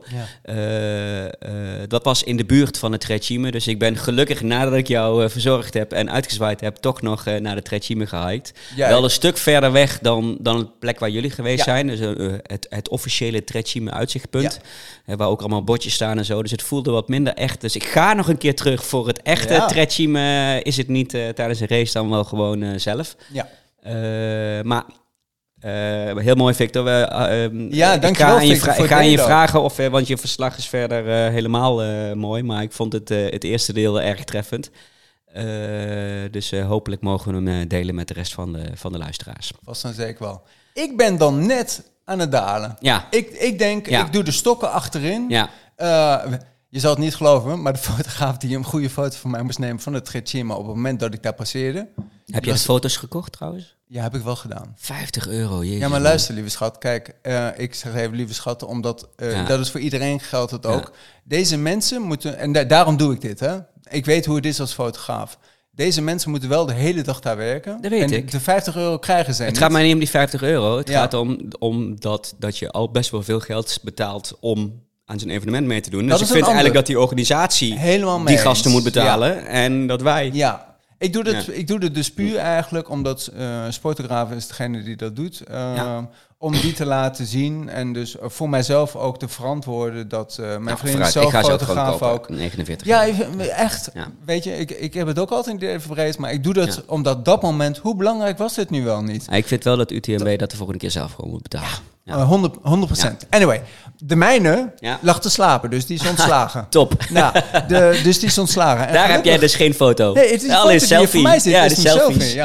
Dat was in de buurt van het Trecime. Dus ik ben gelukkig nadat ik jou verzorgd heb en uitgezwaaid heb, toch nog naar de Trecime gehiked. Wel een stuk verder weg dan de plek waar jullie geweest zijn. Dus het officiële Trecime uitzichtpunt. Waar ook allemaal bordjes staan en zo. Dus het voelde wat minder echt. Dus ik ga nog een keer terug voor het echte Trecime. Is het niet tijdens een race dan wel gewoon zelf. Ja. Maar heel mooi, Victor. Dankjewel. Ik ga aan je vragen want je verslag is verder helemaal mooi. Maar ik vond het eerste deel erg treffend. Dus hopelijk mogen we hem delen met de rest van de luisteraars. Vast dan zeker wel. Ik ben dan net aan het dalen. Ja. Ik denk, ik doe de stokken achterin. Ja. Je zal het niet geloven, maar de fotograaf die een goede foto van mij moest nemen van het Trecima op het moment dat ik daar passeerde. Heb je de foto's gekocht trouwens? Ja, heb ik wel gedaan. €50, jezus. Ja, maar luister, lieve schat. Kijk, ik zeg even lieve schat, omdat dat is voor iedereen geldt het ook. Deze mensen moeten, en daarom doe ik dit, hè. Ik weet hoe het is als fotograaf. Deze mensen moeten wel de hele dag daar werken. Dat weet ik. De €50 krijgen ze Het niet. gaat mij niet om die €50. Het gaat om dat je al best wel veel geld betaalt om aan zo'n evenement mee te doen. Dus ik vind eigenlijk dat die organisatie helemaal die gasten moet betalen en dat wij... Ja, ik doe dit dus puur eigenlijk omdat Sportograaf is degene die dat doet. Om die te laten zien en dus voor mijzelf ook te verantwoorden dat mijn vriend zelf fotograaf ook. 49. Ja, echt. Ja. Weet je, ik heb het ook altijd in de breed, maar ik doe dat omdat dat moment, hoe belangrijk was dit nu wel niet? Ik vind wel dat UTMB dat de volgende keer zelf gewoon moet betalen. Ja. 100%. Ja. Anyway, de mijne lag te slapen, dus die is ontslagen. Top. Nou, dus die is ontslagen. En daar heb jij dus geen foto. Nee, het is een foto die voor mij zit. Ja, de selfies.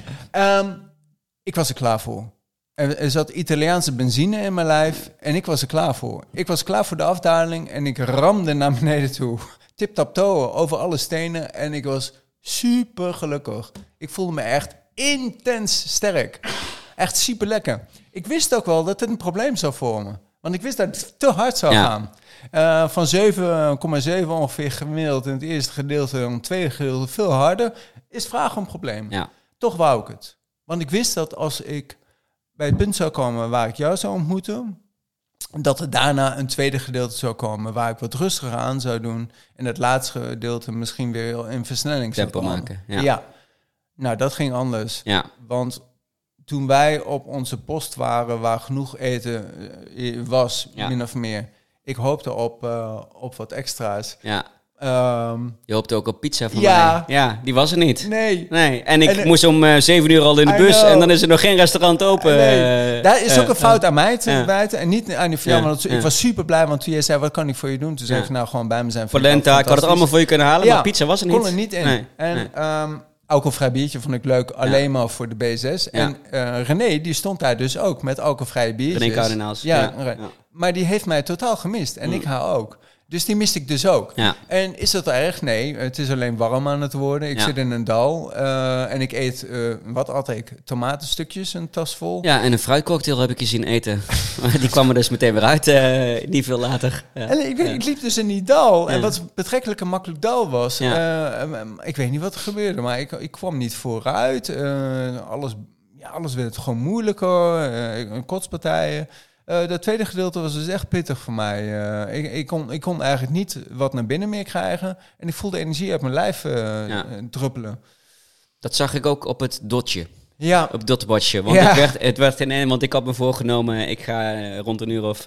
Ik was er klaar voor. Er zat Italiaanse benzine in mijn lijf en ik was er klaar voor. Ik was klaar voor de afdaling en ik ramde naar beneden toe. Tip-tap-toe over alle stenen en ik was super gelukkig. Ik voelde me echt intens sterk. Echt super lekker. Ik wist ook wel dat het een probleem zou vormen. Want ik wist dat het te hard zou gaan. Van 7,7 ongeveer gemiddeld in het eerste gedeelte... en het tweede gedeelte veel harder... is vraag een probleem. Ja. Toch wou ik het. Want ik wist dat als ik bij het punt zou komen waar ik jou zou ontmoeten... dat er daarna een tweede gedeelte zou komen... waar ik wat rustiger aan zou doen... en het laatste gedeelte misschien weer in versnelling zou tempo komen. maken. Ja. Nou, dat ging anders. Ja. Want... toen wij op onze post waren waar genoeg eten was, min of meer. Ik hoopte op wat extra's. Ja. Je hoopte ook op pizza van mij. Ja, die was er niet. Nee. En ik moest om 7 uur al in de bus en dan is er nog geen restaurant open. Daar is ook een fout aan mij te wijten. En niet aan die van jou, want ik was super blij, want toen jij zei, wat kan ik voor je doen? Toen zei ik, nou, gewoon bij me zijn. Polenta, ik had het allemaal voor je kunnen halen, maar pizza was er niet. Kon er niet in. Nee. En alcoholvrij biertje vond ik leuk, alleen maar voor de B6. Ja. En René, die stond daar dus ook met alcoholvrije biertjes. René Kardinaals. Ja. Maar die heeft mij totaal gemist. En ik haar ook. Dus die miste ik dus ook. Ja. En is dat erg? Nee, het is alleen warm aan het worden. Ik zit in een dal en ik eet, wat at ik? Tomatenstukjes, een tas vol. Ja, en een fruitcocktail heb ik je zien eten. Die kwam er dus meteen weer uit, niet veel later. Ja. En ik liep dus in die dal. En wat betrekkelijk een makkelijk dal was. Ik weet niet wat er gebeurde, maar ik kwam niet vooruit. Alles werd gewoon moeilijker. Kotspartijen. Dat tweede gedeelte was dus echt pittig voor mij. Ik kon eigenlijk niet wat naar binnen meer krijgen. En ik voelde energie uit mijn lijf druppelen. Dat zag ik ook op het dotje. Ja. Op het dotwatchje. Want het werd want ik had me voorgenomen, ik ga rond een uur of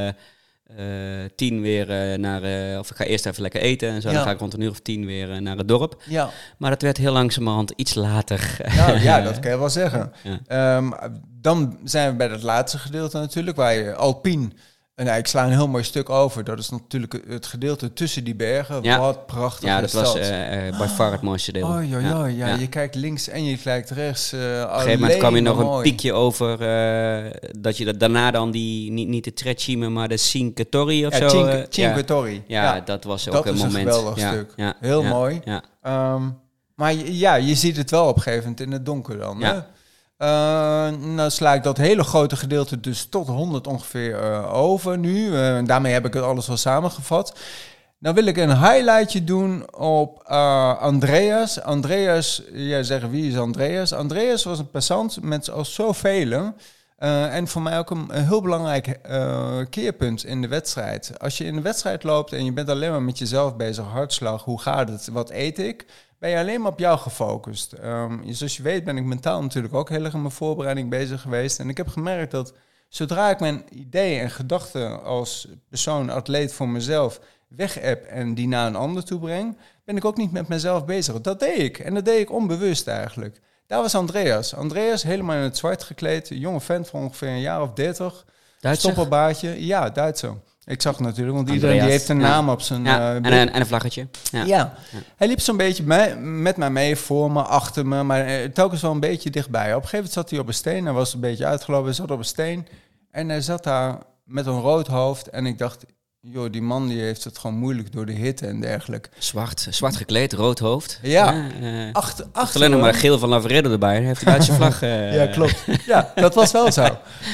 10 weer of ik ga eerst even lekker eten en zo. Dan ga ik rond een uur of 10 weer naar het dorp. Ja. Maar dat werd heel langzamerhand iets later. Nou ja, dat kan je wel zeggen. Ja. Dan zijn we bij het laatste gedeelte natuurlijk, waar je Alpine... En ik sla een heel mooi stuk over. Dat is natuurlijk het gedeelte tussen die bergen. Ja. Wat prachtig. Ja, dat was by far het mooiste deel. Ja. Je kijkt links en je kijkt rechts. Op een gegeven moment kwam je nog een piekje over... dat je daarna dan niet de Trecime, maar de Cinque Torri of zo... Cinque Torri. Ja, dat was ook een moment. Dat is een geweldig stuk. Ja. Heel mooi. Ja. Maar je ziet het wel op een gegeven moment in het donker dan. Ja. Hè? Nou sla ik dat hele grote gedeelte dus tot 100 ongeveer over nu. Daarmee heb ik het alles wel samengevat. Dan wil ik een highlightje doen op Andreas. Andreas, jij zegt wie is Andreas? Andreas was een passant met als zoveel. En voor mij ook een heel belangrijk keerpunt in de wedstrijd. Als je in de wedstrijd loopt en je bent alleen maar met jezelf bezig, hartslag, hoe gaat het, wat eet ik... ben je alleen maar op jou gefocust. Zoals je weet ben ik mentaal natuurlijk ook heel erg in mijn voorbereiding bezig geweest. En ik heb gemerkt dat zodra ik mijn ideeën en gedachten als persoon, atleet voor mezelf weg-app en die naar een ander toe breng, ben ik ook niet met mezelf bezig. Dat deed ik. En dat deed ik onbewust eigenlijk. Daar was Andreas. Andreas helemaal in het zwart gekleed. Een jonge vent van ongeveer een jaar of 30. Duitser? Stopperbaardje. Ja, Duitser. Ik zag het natuurlijk, want Andreas, iedereen die heeft een naam op zijn... en een vlaggetje. Ja. Hij liep zo'n beetje met mij mee, voor me, achter me, maar telkens wel een beetje dichtbij. Op een gegeven moment zat hij op een steen, hij was een beetje uitgelopen, hij zat op een steen en hij zat daar met een rood hoofd en ik dacht, joh, die man die heeft het gewoon moeilijk door de hitte en dergelijke. Zwart gekleed, rood hoofd. Ja, achter alleen nog maar geel van Lavaredo erbij, hij heeft de Duitse vlag. Ja, klopt. Ja, dat was wel zo.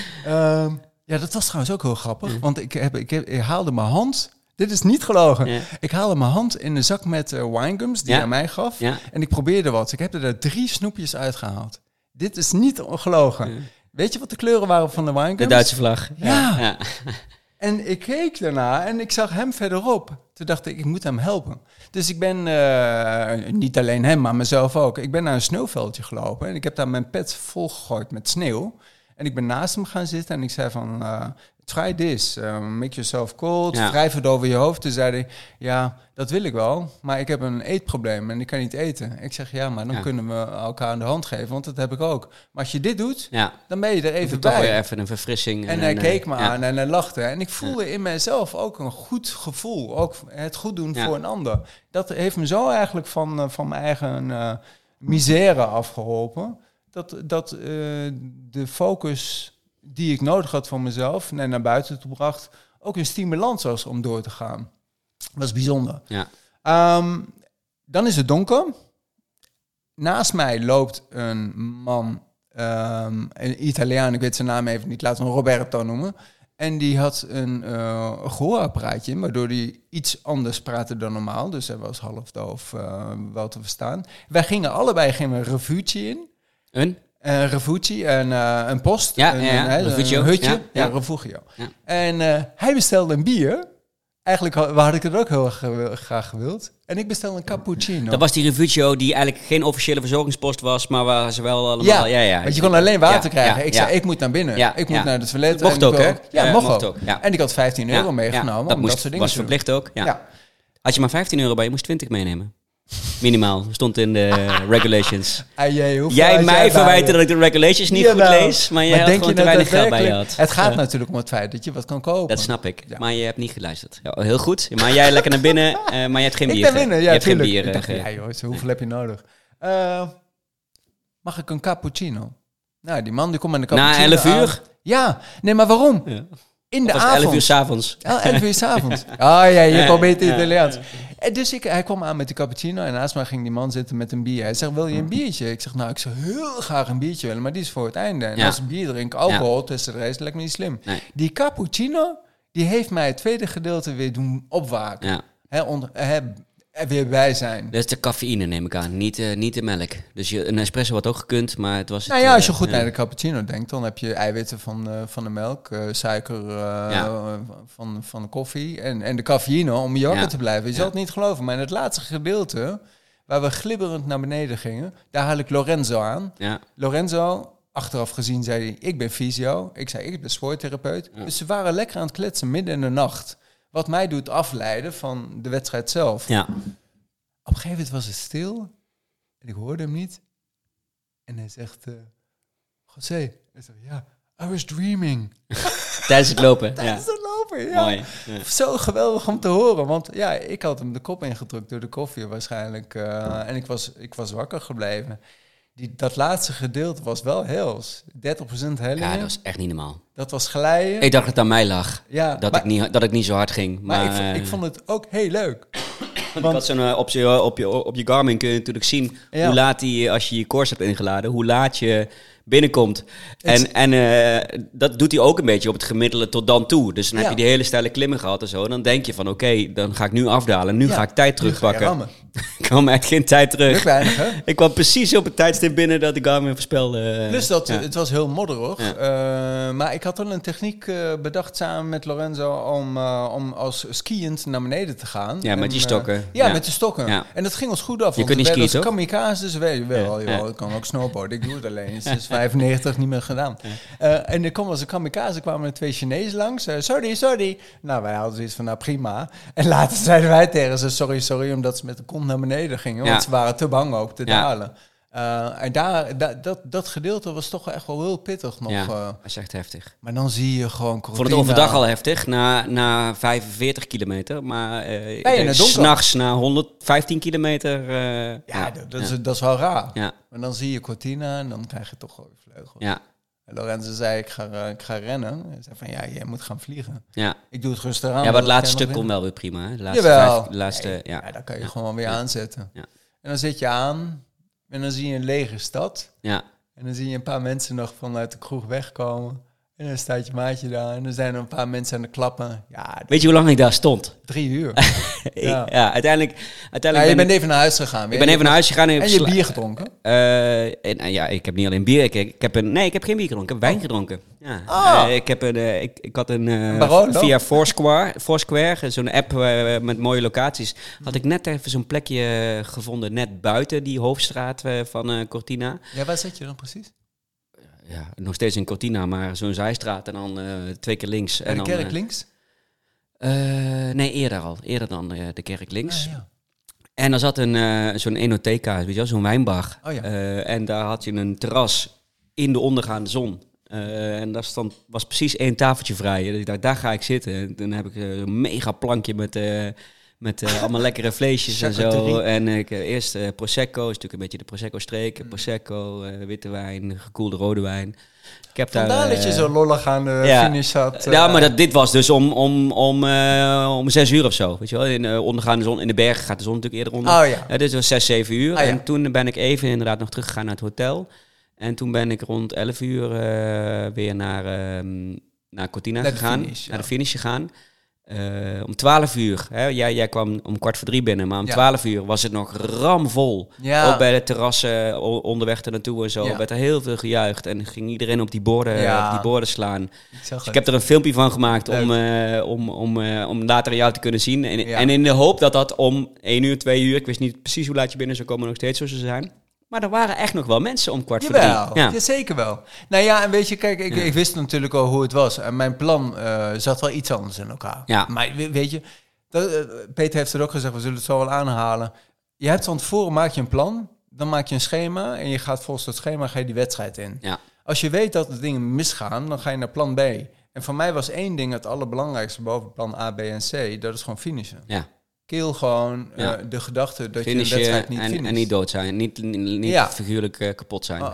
Ja, dat was trouwens ook heel grappig, want ik haalde mijn hand... Dit is niet gelogen. Ja. Ik haalde mijn hand in de zak met winegums die hij mij gaf. Ja. En ik probeerde wat. Ik heb er 3 snoepjes uitgehaald. Dit is niet gelogen. Ja. Weet je wat de kleuren waren van de winegums? De Duitse vlag. Ja. En ik keek daarna en ik zag hem verderop. Toen dacht ik moet hem helpen. Dus ik ben, niet alleen hem, maar mezelf ook. Ik ben naar een sneeuwveldje gelopen. En ik heb daar mijn pet volgegooid met sneeuw. En ik ben naast hem gaan zitten en ik zei van... try this, make yourself cold, wrijf het over je hoofd. Toen zei hij, ja, dat wil ik wel, maar ik heb een eetprobleem en ik kan niet eten. Ik zeg, ja, maar dan kunnen we elkaar de hand geven, want dat heb ik ook. Maar als je dit doet, dan ben je er even bij. Toch weer even een verfrissing. En hij keek me aan en hij lachte. En ik voelde in mijzelf ook een goed gevoel, ook het goed doen voor een ander. Dat heeft me zo eigenlijk van mijn eigen misère afgeholpen, dat de focus... die ik nodig had voor mezelf en naar buiten toe bracht, ook een stimulans was om door te gaan. Dat was bijzonder. Ja. Dan is het donker. Naast mij loopt een man, een Italiaan, ik weet zijn naam even niet, laten we hem Roberto noemen. En die had een gehoorapparaatje, waardoor hij iets anders praatte dan normaal. Dus hij was halfdoof, wel te verstaan. Wij gingen allebei een revuutje in. Een refugio, een post, een hutje, refugio. Ja. En hij bestelde een bier. Eigenlijk had ik het ook heel graag gewild. En ik bestelde een cappuccino. Dat was die refugio die eigenlijk geen officiële verzorgingspost was, maar waar ze wel allemaal... Ja. Want je kon alleen water krijgen. Ik zei, ik moet naar binnen. Ik moet naar het toilet. Mocht ook, hè? Ja, mocht ook. Ja. En ik had €15 meegenomen. Dat soort dingen was verplicht ook. Ja. Had je maar €15 bij, je moest 20 meenemen. Minimaal, stond in de regulations. Jij mij verwijten dat ik de regulations niet goed lees, maar jij had gewoon te weinig geld bij je had. Het gaat natuurlijk om het feit dat je wat kan kopen. Dat snap ik, maar je hebt niet geluisterd. Ja, heel goed, maar jij lekker naar binnen, maar je hebt geen bier. Ik ben binnen, je hebt geen bier. Hoeveel heb je nodig? Mag ik een cappuccino? Nou, die man die komt met een cappuccino. Na 11 uur? Ja, nee, maar waarom? Ja. In de avond. 11 uur 's avonds. 11 uur 's avonds. Je komt beter Italiaans. En dus hij kwam aan met de cappuccino en naast mij ging die man zitten met een bier. Hij zegt, wil je een biertje? Ik zeg, nou, ik zou heel graag een biertje willen, maar die is voor het einde. En als ik bier drink, alcohol tussen de race, lijkt me niet slim. Nee. Die cappuccino, die heeft mij het tweede gedeelte weer doen opwaken. Ja. Weer bij zijn. Dat is de cafeïne, neem ik aan. Niet de melk. Dus een espresso had ook gekund, maar het was... als je goed naar de cappuccino denkt, dan heb je eiwitten van de melk, suiker van de koffie en de cafeïne om je wakker te blijven. Je zal het niet geloven, maar in het laatste gedeelte, waar we glibberend naar beneden gingen, daar haal ik Lorenzo aan. Ja. Lorenzo, achteraf gezien, zei hij, ik ben fysio. Ik zei, ik ben sporttherapeut. Ja. Dus ze waren lekker aan het kletsen midden in de nacht. Wat mij doet afleiden van de wedstrijd zelf. Ja. Op een gegeven moment was het stil. En ik hoorde hem niet. En hij zegt... José. Hij zegt, I was dreaming. Tijdens het lopen. Tijdens het lopen, ja. Mooi. Ja. Zo geweldig om te horen. Want ik had hem de kop ingedrukt door de koffie waarschijnlijk. En ik was wakker gebleven. Dat laatste gedeelte was wel heels. 30% hellingen. Ja, dat was echt niet normaal. Dat was glijden. Ik dacht dat het aan mij lag. Ja, dat ik niet zo hard ging. Maar ik vond het ook heel leuk. Want ik had zo'n, op je Garmin kun je natuurlijk zien hoe laat als je je koers hebt ingeladen, hoe laat je binnenkomt. En dat doet hij ook een beetje op het gemiddelde tot dan toe. Dus dan heb je die hele steile klimmen gehad en zo. En dan denk je van oké, dan ga ik nu afdalen. Nu ga ik tijd terugpakken. Ik kwam echt geen tijd terug. Weinig, hè? Ik kwam precies op het tijdstip binnen dat ik Garmin voorspelde. Plus het was heel modderig. Maar ik had wel een techniek bedacht samen met Lorenzo om als skiënd naar beneden te gaan. Ja, met die stokken. Met de stokken. Ja. En dat ging ons goed af. Je kunt niet skiën, toch? Kamikazes, weet je wel. Ik kan ook snowboarden. Ik doe het alleen. Het is 95 niet meer gedaan. En er kwam als een kamikaze, kwamen er 2 Chinezen langs. Sorry. Nou, wij hadden zoiets van, prima. En later zeiden wij tegen ze, sorry, omdat ze met de kont naar beneden gingen. Want ze waren te bang ook te dalen. En dat gedeelte was toch echt wel heel pittig nog. Ja, dat is echt heftig. Maar dan zie je gewoon Ik vond het overdag al heftig, na 45 kilometer. Maar s'nachts na 115 kilometer... dat is wel raar. Ja. Maar dan zie je Cortina en dan krijg je toch gewoon vleugels. Ja. En Lorenzo zei, ik ga rennen. Hij zei van, jij moet gaan vliegen. Ja. Ik doe het rustig aan. Ja, maar het laatste stuk kon wel weer prima. Hè? De laatste daar kan je gewoon weer aanzetten. Ja. En dan zit je aan en dan zie je een lege stad. Ja. En dan zie je een paar mensen nog vanuit de kroeg wegkomen. En dan staat je maatje daar. En dan zijn er een paar mensen aan de klappen. Ja, weet je hoe lang ik daar stond? 3 uur. Uiteindelijk je bent even naar huis gegaan. Ik ben even naar huis gegaan. En je bier gedronken? Ik heb niet alleen bier. Ik heb geen bier gedronken. Ik heb wijn gedronken. Ja. Ik had via Foursquare, zo'n app met mooie locaties, had ik net even zo'n plekje gevonden, net buiten die hoofdstraat van Cortina. Ja, waar zit je dan precies? Ja, nog steeds in Cortina, maar zo'n zijstraat en dan 2 keer links. En de kerk links? Nee, eerder dan de kerk links. Ja. En daar zat zo'n enoteca, weet je wel, zo'n wijnbar. Oh, ja. En daar had je een terras in de ondergaande zon. En daar was precies 1 tafeltje vrij. Dus ik dacht, daar ga ik zitten. En toen heb ik een mega plankje met allemaal lekkere vleesjes en zo. En eerst Prosecco, is natuurlijk een beetje de Prosecco-streek. Prosecco, witte wijn, gekoelde rode wijn. Ik heb vandaar dat je zo lollig aan de finish had. Ja, maar dit was dus om 6 uur of zo. Weet je wel? In ondergaande zon, in de bergen gaat de zon natuurlijk eerder onder. Oh ja. Dit was 6, 7 uur. Ja. En toen ben ik even inderdaad nog teruggegaan naar het hotel. En toen ben ik rond 11 uur weer naar Cortina gegaan. Naar de finish gegaan. Om 12 uur, hè, jij kwam om 2:15 binnen, maar om 12 uur was het nog ramvol. Ja. Ook bij de terrassen onderweg ernaartoe en zo werd er heel veel gejuicht en ging iedereen op die borden slaan. Dus ik heb er een filmpje van gemaakt om later jou te kunnen zien. En in de hoop dat om 1 uur, 2 uur, ik wist niet precies hoe laat je binnen zou komen, nog steeds zo zou zijn. Maar er waren echt nog wel mensen om 2:15. Ja, zeker wel. Nou ja, en weet je, kijk, ik wist natuurlijk al hoe het was. En mijn plan zat wel iets anders in elkaar. Ja. Maar weet je, Peter heeft het ook gezegd, we zullen het zo wel aanhalen. Je hebt van tevoren, maak je een plan, dan maak je een schema en je gaat volgens dat schema ga je die wedstrijd in. Ja. Als je weet dat de dingen misgaan, dan ga je naar plan B. En voor mij was 1 ding het allerbelangrijkste boven plan A, B en C, dat is gewoon finishen. Ja. Kill gewoon de gedachte dat je de wedstrijd niet finisht. En niet dood zijn, niet figuurlijk kapot zijn.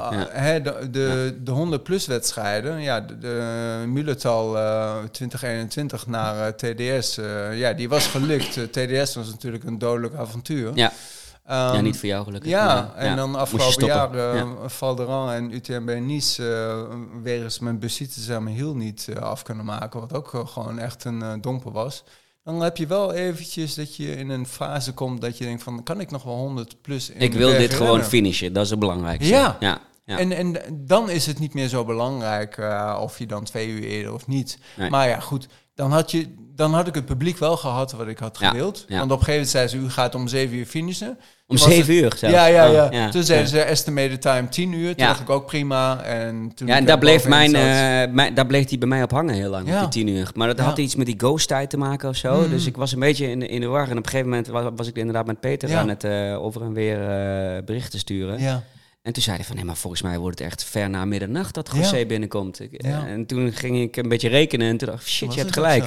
De 100+ wedstrijden, de Mulletal 2021 naar TDS, die was gelukt. TDS was natuurlijk een dodelijk avontuur. Ja. Niet voor jou gelukkig. Dan afgelopen jaar Valderan en UTMB Nice wegens mijn busitis aan mijn hiel niet af kunnen maken, wat ook gewoon echt een domper was. Dan heb je wel eventjes dat je in een fase komt dat je denkt van, kan ik nog wel 100+ in ik wil dit gewoon finishen, dat is het belangrijkste. Ja. En dan is het niet meer zo belangrijk of je dan 2 uur eerder of niet. Nee. Maar ja, goed, dan had ik het publiek wel gehad wat ik had gewild. Ja. Want op een gegeven moment zei ze, u gaat om 7 uur finishen. Om 7 uur zelfs? Ja. Toen zeiden ze estimated time 10 uur. Toen dacht ik ook prima. En daar bleef die bij mij op hangen heel lang, op die 10 uur. Maar dat had iets met die ghost-tijd te maken of zo. Dus ik was een beetje in de war. En op een gegeven moment was ik inderdaad met Peter aan het over en weer berichten sturen. Ja. En toen zei hij van, nee, maar volgens mij wordt het echt ver na middernacht dat José binnenkomt. En toen ging ik een beetje rekenen en toen dacht ik, shit, je hebt gelijk.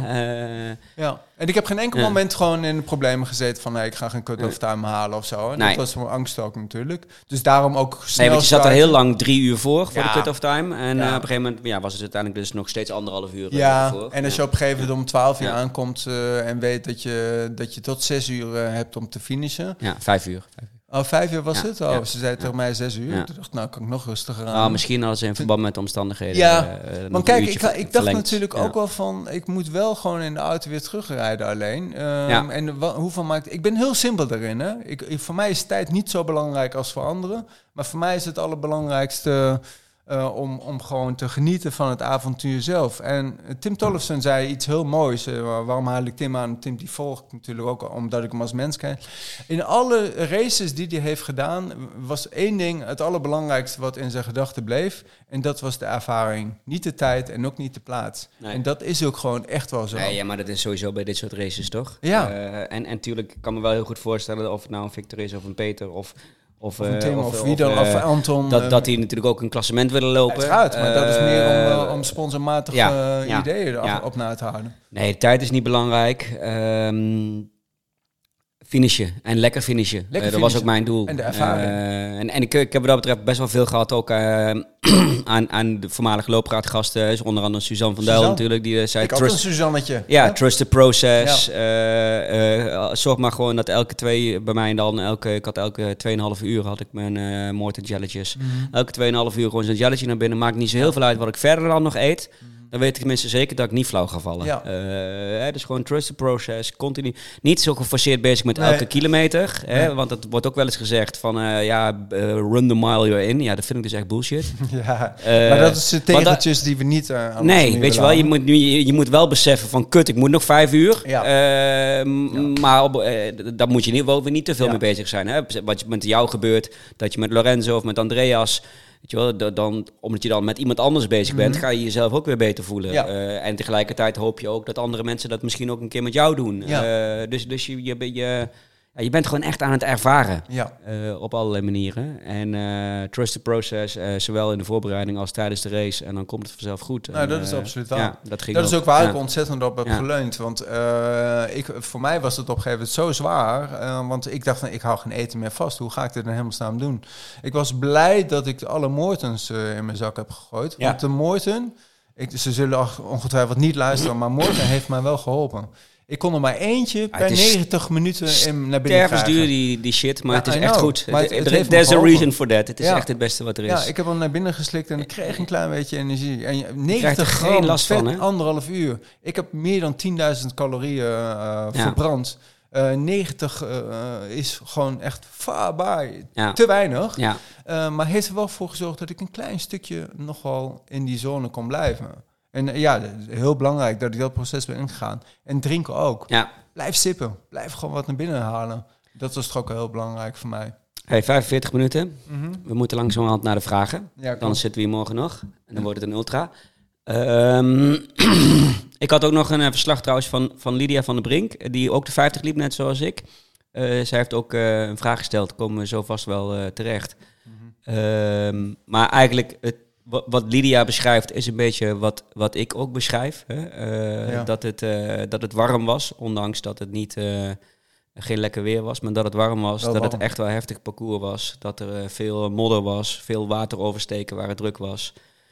En ik heb geen enkel moment gewoon in de problemen gezeten van, ik ga geen cut-off time halen of zo. En dat was mijn angst ook natuurlijk. Dus daarom ook snel. Nee, want je zat er heel lang 3 uur voor de cut-off time. En op een gegeven moment was het uiteindelijk dus nog steeds 1,5 uur voor. En als je op een gegeven moment om 12 uur aankomt en weet dat je tot 6 uur hebt om te finishen. Ja, 5 uur. 5 uur was het? Ze zei tegen mij 6 uur. Toen dacht ik, kan ik nog rustiger aan. Misschien als in verband met de omstandigheden. Ja, want kijk, ik dacht natuurlijk ook wel van, ik moet wel gewoon in de auto weer terugrijden alleen. En hoeveel maakt... Ik ben heel simpel daarin. Hè? Voor mij is tijd niet zo belangrijk als voor anderen. Maar voor mij is het allerbelangrijkste om gewoon te genieten van het avontuur zelf. En Tim Tollefson zei iets heel moois. Waarom haal ik Tim aan? Tim die volgt natuurlijk ook omdat ik hem als mens ken. In alle races die hij heeft gedaan, was 1 ding het allerbelangrijkste wat in zijn gedachten bleef. En dat was de ervaring. Niet de tijd en ook niet de plaats. Nee. En dat is ook gewoon echt wel zo. Nee, ja, maar dat is sowieso bij dit soort races, toch? Ja. En natuurlijk kan me wel heel goed voorstellen of het nou een Victor is of een Peter of Of Tim of wie dan, of Anton. Dat die natuurlijk ook een klassement willen lopen. Uiteraard, maar dat is meer om sponsormatige ideeën op na te houden. Nee, de tijd is niet belangrijk. Finishen en lekker finishen. Dat was ook mijn doel. En de ervaring. En ik heb wat dat betreft best wel veel gehad ook aan de voormalige loopraadgasten. Dus onder andere Suzanne van Duil natuurlijk. Die zei, ik had een Suzannetje. Ja, hè? Trust the process. Zorg maar gewoon dat elke 2,5 uur had ik mijn Morten jelletjes. Mm-hmm. Elke 2,5 uur gewoon zo'n jelletje naar binnen. Maakt niet zo heel veel uit wat ik verder dan nog eet. Dan weet ik tenminste zeker dat ik niet flauw ga vallen. Ja. Dus gewoon trust the process, continu. Niet zo geforceerd bezig met elke kilometer. Want het wordt ook wel eens gezegd van, run the mile you're in. Ja, dat vind ik dus echt bullshit. Ja, maar dat is de tegeltjes die we niet aan nee, weet je wel, je moet wel beseffen van, ik moet nog 5 uur. Ja. Maar daar moet je in ieder geval weer niet te veel mee bezig zijn. Hè? Wat met jou gebeurt, dat je met Lorenzo of met Andreas... Weet je wel, omdat je dan met iemand anders bezig bent, ga je jezelf ook weer beter voelen. Ja. En tegelijkertijd hoop je ook dat andere mensen dat misschien ook een keer met jou doen. Ja. Dus je bent gewoon echt aan het ervaren op allerlei manieren. En trust the process, zowel in de voorbereiding als tijdens de race. En dan komt het vanzelf goed. Nou, dat is absoluut waar. Ja, dat is ook waar ik ontzettend op heb geleund. Want voor mij was het op een gegeven moment zo zwaar. Want ik dacht, ik hou geen eten meer vast. Hoe ga ik dit in hemelsnaam doen? Ik was blij dat ik alle Mortens in mijn zak heb gegooid. Ja. Want de Morten, ze zullen ongetwijfeld niet luisteren, maar Morten heeft mij wel geholpen. Ik kon er maar eentje per 90 minuten naar binnen krijgen. Duur die shit, maar het is echt goed. There's a reason for that. Het is echt het beste wat er is. Ja, ik heb hem naar binnen geslikt en ik kreeg een klein beetje energie. En 90 gram geen last vet, van, 1,5 uur. Ik heb meer dan 10.000 calorieën verbrand. 90 is gewoon echt voorbij. Te weinig. Ja. Maar heeft er wel voor gezorgd dat ik een klein stukje nog wel in die zone kon blijven. En heel belangrijk dat ik dat proces ben ingegaan. En drinken ook. Ja. Blijf sippen. Blijf gewoon wat naar binnen halen. Dat was toch ook heel belangrijk voor mij. Hey, 45 minuten. Mm-hmm. We moeten langzamerhand naar de vragen. Ja, dan zitten we hier morgen nog. En dan wordt het een ultra. Ik had ook nog een verslag trouwens van Lydia van der Brink. Die ook de 50 liep, net zoals ik. Zij heeft ook een vraag gesteld. Komen we zo vast wel terecht. Mm-hmm. Maar eigenlijk... Wat Lydia beschrijft is een beetje wat ik ook beschrijf. Hè? Dat het warm was, ondanks dat het niet geen lekker weer was. Maar dat het warm was, het echt wel heftig parcours was. Dat er veel modder was, veel water oversteken waar het druk was.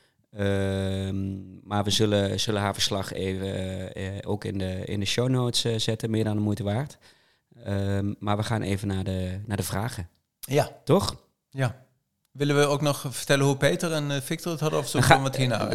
Maar we zullen haar verslag even ook in de show notes zetten, meer dan de moeite waard. Maar we gaan even naar de vragen. Ja. Toch? Ja. Willen we ook nog vertellen hoe Peter en Victor het hadden? Of zo we het hierna?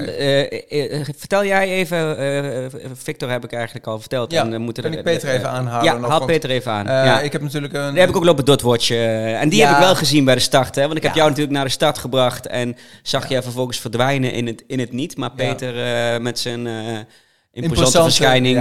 Vertel jij even, Victor heb ik eigenlijk al verteld. Ja, en kan ik Peter even aanhalen? Ja, haal Peter even aan. Ik heb natuurlijk een... Die heb ik ook lopen dotwatchen. En die heb ik wel gezien bij de start. Hè? Want ik heb jou natuurlijk naar de start gebracht. En zag je vervolgens verdwijnen in het niet. Maar Peter met zijn... imposante verschijning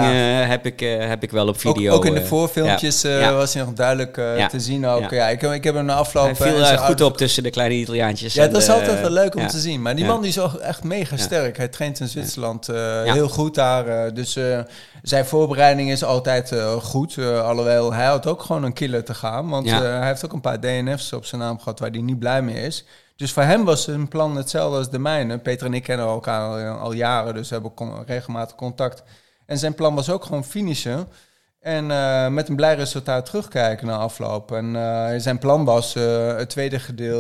heb ik wel op video. Ook in de voorfilmpjes was hij nog duidelijk te zien ook. Ja. Ik heb hem na afloop... Hij viel goed op tussen de kleine Italiaantjes. Ja, dat is altijd wel leuk om te zien. Maar die man die is ook echt mega sterk. Hij traint in Zwitserland heel goed daar. Dus zijn voorbereiding is altijd goed. Alhoewel, hij had ook gewoon een killer te gaan. Want hij heeft ook een paar DNF's op zijn naam gehad waar hij niet blij mee is. Dus voor hem was zijn plan hetzelfde als de mijne. Peter en ik kennen elkaar al jaren, dus we hebben regelmatig contact. En zijn plan was ook gewoon finishen. En met een blij resultaat terugkijken na afloop. En zijn plan was het tweede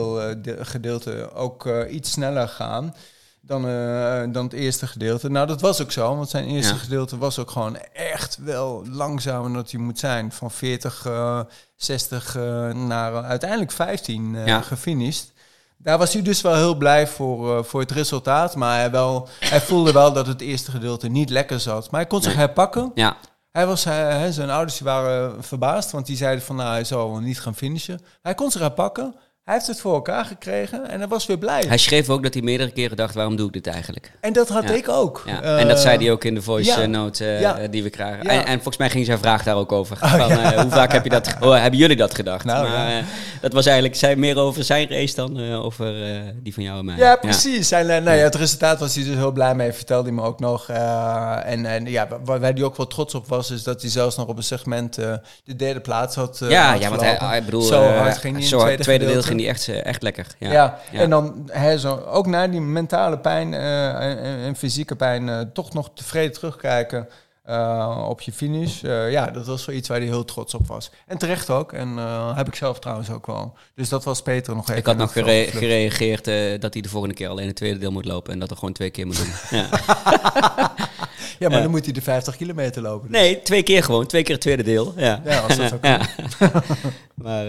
gedeelte ook iets sneller gaan dan het eerste gedeelte. Nou, dat was ook zo, want zijn eerste gedeelte was ook gewoon echt wel langzamer dan hij moet zijn. Van 40, 60 naar uiteindelijk 15 gefinished. Daar was hij dus wel heel blij voor het resultaat. Maar hij voelde wel dat het eerste gedeelte niet lekker zat. Maar hij kon zich herpakken. Ja. Zijn ouders die waren verbaasd. Want die zeiden van hij zal wel niet gaan finishen. Hij kon zich herpakken. Hij heeft het voor elkaar gekregen en hij was weer blij. Hij schreef ook dat hij meerdere keren dacht, waarom doe ik dit eigenlijk? En dat had ik ook. Ja. En dat zei hij ook in de voice note die we krijgen. Ja. En volgens mij ging zijn vraag daar ook over. Hoe vaak heb je dat, hebben jullie dat gedacht? Nou, dat was eigenlijk zei meer over zijn race dan over die van jou en mij. Ja, precies. Het resultaat was hij dus heel blij mee, vertelde hij me ook nog. Waar hij ook wel trots op was, is dat hij zelfs nog op een segment de derde plaats had. Want hij bedoel, zo hard ging hij in het tweede gedeelte ging die echt lekker. Ja. Ja. En dan ook na die mentale pijn en fysieke pijn toch nog tevreden terugkijken op je finish. Dat was zoiets waar hij heel trots op was. En terecht ook. En heb ik zelf trouwens ook wel. Dus dat was Peter nog even. Ik had nog gereageerd dat hij de volgende keer alleen het tweede deel moet lopen. En dat er gewoon 2 keer moet doen. Ja. Ja, maar dan moet hij de 50 kilometer lopen. Dus. Nee, 2 keer gewoon. 2 keer het tweede deel. Ja, als dat ook kan. Maar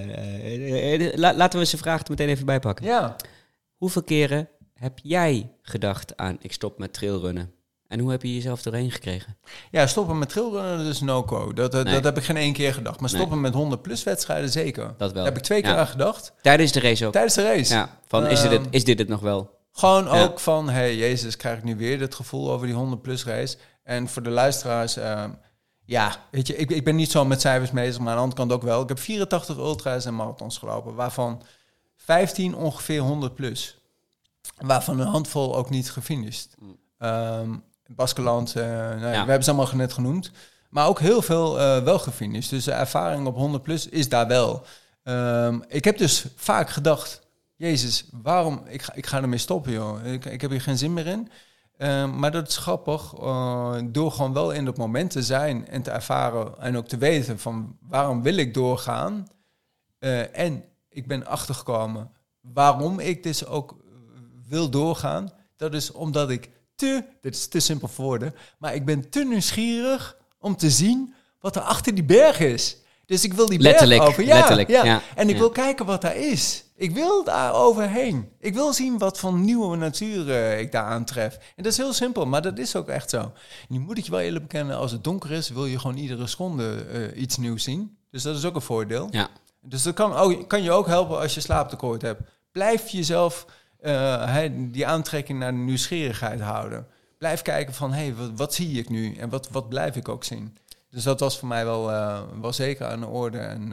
laten we zijn vraag er meteen even bijpakken. Ja. Hoeveel keren heb jij gedacht aan ik stop met trailrunnen? En hoe heb je jezelf doorheen gekregen? Ja, stoppen met trailrunnen, dat is no-go. Dat heb ik geen 1 keer gedacht. Maar stoppen met 100+ wedstrijden, zeker. Dat wel. Daar heb ik 2 keer aan gedacht. Tijdens de race ook? Tijdens de race. Ja, van is dit het nog wel? Gewoon ook van, hey, Jezus, krijg ik nu weer dit gevoel over die 100+ race. En voor de luisteraars, weet je, ik ben niet zo met cijfers bezig, maar aan de andere kant ook wel. Ik heb 84 ultra's en marathons gelopen, waarvan 15 ongeveer 100+. Waarvan een handvol ook niet gefinished. Baskeland, we hebben ze allemaal net genoemd. Maar ook heel veel wel gefinished. Dus de ervaring op 100+ is daar wel. Ik heb dus vaak gedacht, Jezus, waarom? Ik ga ermee stoppen, joh. Ik heb hier geen zin meer in. Maar dat is grappig. Door gewoon wel in het moment te zijn en te ervaren en ook te weten van waarom wil ik doorgaan. En ik ben achtergekomen waarom ik dus ook wil doorgaan. Dat is omdat ik dit is te simpel voor woorden, maar ik ben te nieuwsgierig om te zien wat er achter die berg is. Dus ik wil die berg over. Ja. En ik wil kijken wat daar is. Ik wil daar overheen. Ik wil zien wat voor nieuwe natuur ik daar aantref. En dat is heel simpel, maar dat is ook echt zo. Nu moet ik je wel eerlijk bekennen, als het donker is, wil je gewoon iedere seconde iets nieuws zien. Dus dat is ook een voordeel. Ja. Dus dat kan je ook helpen als je slaaptekort hebt. Blijf jezelf die aantrekking naar de nieuwsgierigheid houden. Blijf kijken van, wat zie ik nu? En wat blijf ik ook zien? Dus dat was voor mij wel zeker aan de orde. En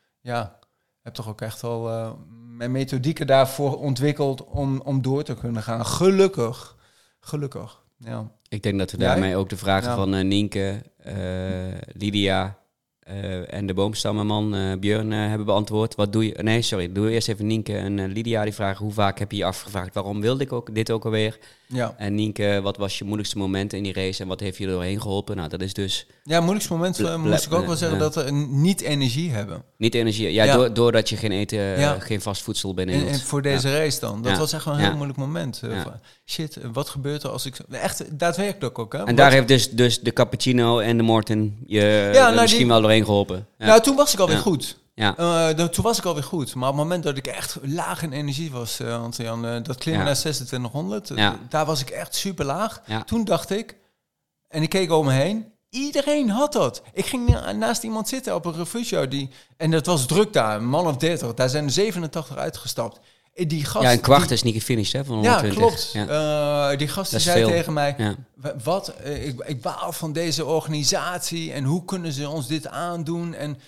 heb toch ook echt wel mijn methodieken daarvoor ontwikkeld om door te kunnen gaan. Gelukkig. Ja. Ik denk dat we daarmee ook de vragen van Nienke, Lydia en de boomstammenman Björn hebben beantwoord. Wat doe je? Nee, sorry. Doe eerst even Nienke en Lydia die vragen hoe vaak heb je je afgevraagd? Waarom wilde ik dit ook alweer? Ja. En Nienke, wat was je moeilijkste moment in die race en wat heeft je er doorheen geholpen? Nou, dat is dus... Ja, moeilijkste moment moest ik ook wel zeggen dat we niet energie hebben. Niet energie, doordat je geen eten, geen vast voedsel binnenhield. En voor deze race dan. Dat was echt wel een heel moeilijk moment. Shit, wat gebeurt er als ik... Echt, daadwerkelijk ook, hè? En daar heeft dus de cappuccino en de Morten je misschien wel doorheen geholpen. Ja. Nou, toen was ik alweer goed. Ja. Toen was ik alweer goed. Maar op het moment dat ik echt laag in energie was, Jan, dat klimmen naar 2600, daar was ik echt super laag. Ja. Toen dacht ik, en ik keek om me heen, iedereen had dat. Ik ging naast iemand zitten op een refugio, en dat was druk daar, een man of 30. Daar zijn er 87 uitgestapt. Die gast, een kwart is niet gefinished, hè, van 120. Ja, klopt. Ja. Die gast die zei tegen mij, ik baal van deze organisatie en hoe kunnen ze ons dit aandoen? En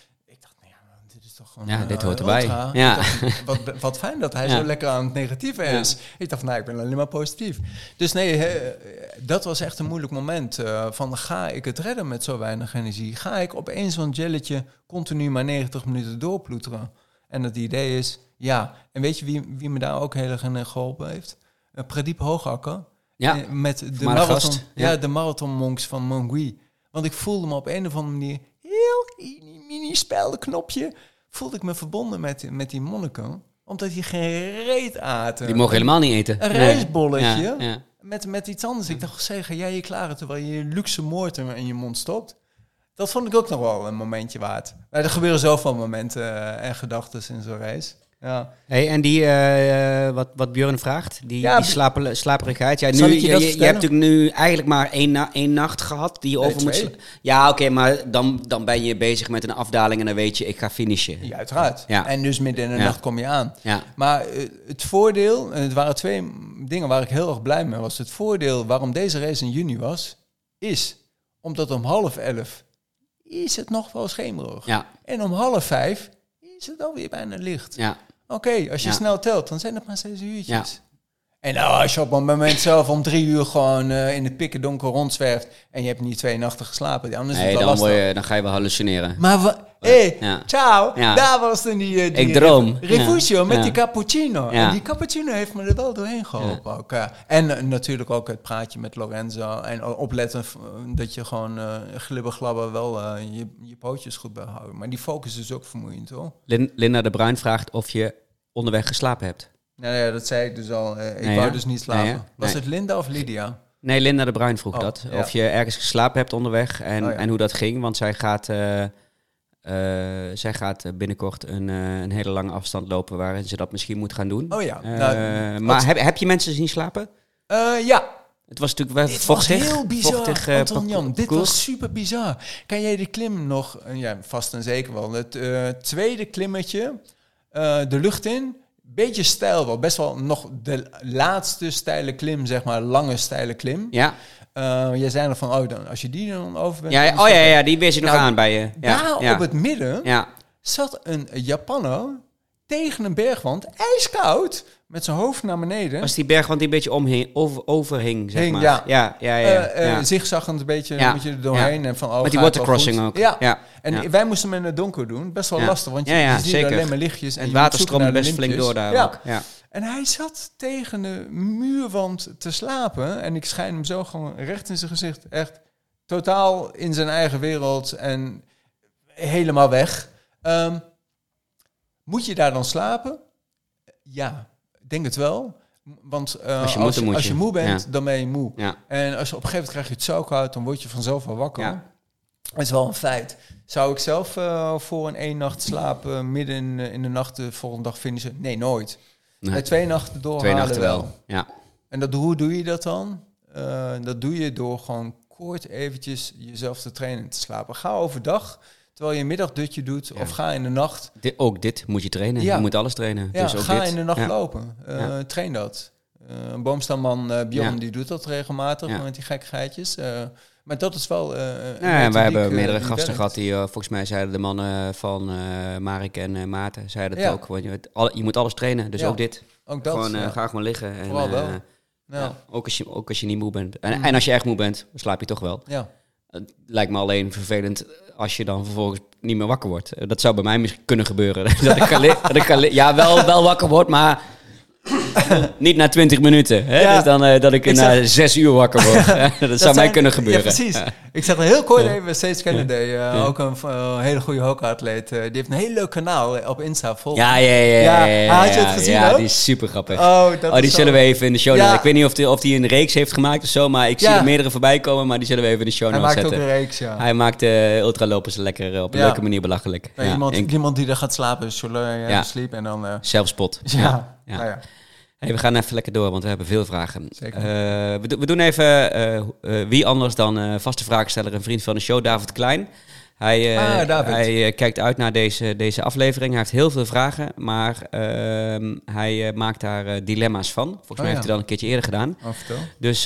dit hoort erbij. Ja. Dacht, wat fijn dat hij zo lekker aan het negatieve is. Ik dacht, ik ben alleen maar positief. Dus dat was echt een moeilijk moment. Van, ga ik het redden met zo weinig energie? Ga ik op één zo'n gelletje continu maar 90 minuten doorploeteren? En het idee is, en weet je wie me daar ook heel erg in geholpen heeft? Pradeep Hoogakker. Ja, met de marathon. De marathonmonks van Mongui. Want ik voelde me op een of andere manier heel mini speldenknopje. Voelde ik me verbonden met die monniken. Omdat die geen reet aten. Die mogen helemaal niet eten. Een rijstbolletje met iets anders. Ik dacht, ga jij je klaren terwijl je luxe moorten in je mond stopt. Dat vond ik ook nog wel een momentje waard. Maar er gebeuren zoveel momenten en gedachten in zo'n race. Ja. Hey, en die, wat Björn vraagt, die slaperigheid. Ja, je hebt natuurlijk nu eigenlijk maar één nacht gehad die je over moet. Ja, oké, maar dan ben je bezig met een afdaling en dan weet je, ik ga finishen. Ja, uiteraard. Ja. En dus midden in de nacht kom je aan. Ja. Maar het voordeel, en het waren 2 dingen waar ik heel erg blij mee was. Het voordeel waarom deze race in juni was, is omdat om 10:30 is het nog wel schemerig. Ja. En om 4:30 is het alweer bijna licht. Ja. Oké, als je snel telt, dan zijn het maar 6 uurtjes. Ja. En als je op een moment zelf om 3 uur gewoon in het pikken donker rondzwerft en je hebt niet 2 nachten geslapen, dan is het wel lastig. Dan ga je wel hallucineren. Maar Ciao. Ja. Daar was dan die Ik droom. Refugio met Ja. die cappuccino. Ja. En die cappuccino heeft me er wel doorheen geholpen ook. En natuurlijk ook het praatje met Lorenzo. En opletten dat je gewoon glibberglabber wel je pootjes goed bijhoudt. Maar die focus is ook vermoeiend, hoor. Linda de Bruin vraagt of je onderweg geslapen hebt. Nou ja, dat zei ik dus al. Ik wou dus niet slapen. Nee, Was het Linda of Lydia? Nee, Linda de Bruin vroeg dat. Ja. Of je ergens geslapen hebt onderweg en hoe dat ging. Want zij gaat binnenkort een hele lange afstand lopen waarin ze dat misschien moet gaan doen. Oh ja. Maar heb je mensen zien slapen? Ja. Het was natuurlijk wel Dit vochtig. was heel bizar, vochtig, Anton Jan. Dit parcours. was super bizar. Kan jij de klim nog... ja, vast en zeker wel. Het tweede klimmetje, de lucht in. Beetje steil wel. Best wel nog de laatste steile klim, zeg maar. Lange steile klim. Ja. Jij zei nog van, dan, als je die dan over bent... Ja, die wees je nog aan bij je. Daar op het midden Ja. zat een Japanner tegen een bergwand, ijskoud, met zijn hoofd naar beneden. Was die bergwand die een beetje overhing, zeg maar. Ja. Zigzaggend een beetje moet je er doorheen. En van, met die watercrossing ook. Ja. En wij moesten hem in het donker doen. Best wel lastig, want je ziet zeker. alleen maar lichtjes. En het water stroomt best flink door daar ook. Ja. En hij zat tegen de muurwand te slapen. En ik schijn hem zo gewoon recht in zijn gezicht. Echt totaal in zijn eigen wereld en helemaal weg. Moet je daar dan slapen? Ja, ik denk het wel. Want als je moe bent, dan ben je moe. Ja. En als je op een gegeven moment krijg je het zo koud, dan word je vanzelf wel wakker. Ja. Dat is wel een feit. Zou ik zelf voor een 1 nacht slapen, midden in de nacht de volgende dag finishen? Nee, nooit. Nee. 2 nachten doorhalen 2 nachten wel. Ja. En hoe doe je dat dan? Dat doe je door gewoon kort eventjes jezelf te trainen te slapen. Ga overdag, terwijl je een middagdutje doet, of ga in de nacht. Ook dit moet je trainen. Ja. Je moet alles trainen. Ja, dus ook ga dit. in de nacht lopen. Train dat. Boomstamman Bjorn die doet dat regelmatig met die gekkigheidjes. Maar dat is wel... en wij hebben meerdere gasten gehad die volgens mij zeiden de mannen van Marek en Maarten zeiden het ook. Want je moet alles trainen, dus ook dit. Ook dat. Gewoon, ga gewoon liggen. Vooral wel. Ook als je niet moe bent. En als je echt moe bent, dan slaap je toch wel. Ja. Het lijkt me alleen vervelend als je dan vervolgens niet meer wakker wordt. Dat zou bij mij misschien kunnen gebeuren. dat ik kan wel wakker word, maar niet na 20 minuten. Hè? Ja. Dus dan dat ik na 6 uur wakker word. dat zou mij kunnen gebeuren. Ja, precies. Ik zeg heel kort even, Sage Kennedy, ook een hele goede hockeyatleet. Die heeft een heel leuk kanaal op Insta. Had je het gezien? Ja, die is super grappig. Die zo... zullen we even in de show notes. Ik weet niet of die een reeks heeft gemaakt of zo, maar ik zie er meerdere voorbij komen, maar die zullen we even in de show notes zetten. Hij maakt ook een reeks, Hij maakt ultralopers lekker op een leuke manier belachelijk. Iemand die er gaat slapen, sleep en dan... Zelfspot. Hey, we gaan even lekker door, want we hebben veel vragen. Zeker. We doen even wie anders dan vaste vraagsteller en vriend van de show, David Klein. Hij kijkt uit naar deze aflevering. Hij heeft heel veel vragen, maar hij maakt daar dilemma's van. Volgens mij heeft hij dat een keertje eerder gedaan. Vertel. Dus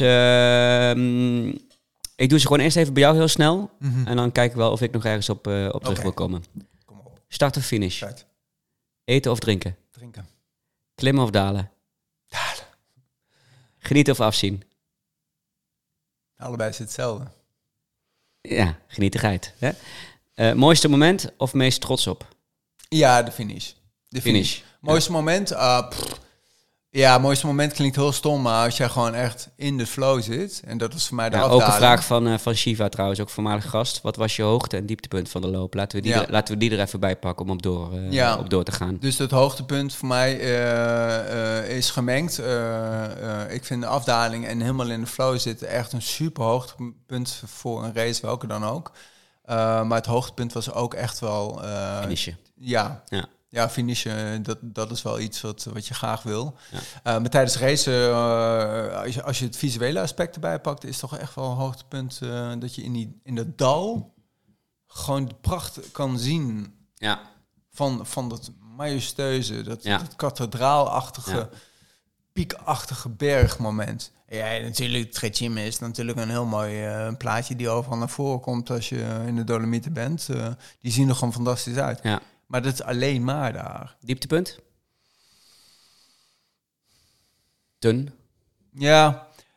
ik doe ze gewoon eerst even bij jou heel snel. Mm-hmm. En dan kijken we wel of ik nog ergens op terug wil komen. Kom op. Start of finish? Start. Eten of drinken? Drinken. Klimmen of dalen? Dalen. Genieten of afzien? Allebei is hetzelfde. Ja, genietigheid. Hè? Mooiste moment of meest trots op? Ja, de finish. De finish. Mooiste moment? Mooiste moment klinkt heel stom, maar als jij gewoon echt in de flow zit, en dat is voor mij de afdaling. Ook een vraag van Shiva trouwens, ook voormalig gast. Wat was je hoogte- en dieptepunt van de loop? Laten we die er even bij pakken om op door te gaan. Dus het hoogtepunt voor mij is gemengd. Ik vind de afdaling en helemaal in de flow zitten echt een super hoogtepunt voor een race, welke dan ook. Maar het hoogtepunt was ook echt wel... Finishen. Ja, finishen, dat is wel iets wat je graag wil. Ja. Maar tijdens racen, als je het visuele aspect erbij pakt, is het toch echt wel een hoogtepunt dat je in dat dal gewoon de pracht kan zien van dat majestueuze, dat kathedraalachtige, piekachtige bergmoment. Ja, natuurlijk, het Trecime is natuurlijk een heel mooi plaatje die overal naar voren komt als je in de Dolomieten bent. Die zien er gewoon fantastisch uit. Ja. Maar dat is alleen maar daar. Dieptepunt? Dun? Ja,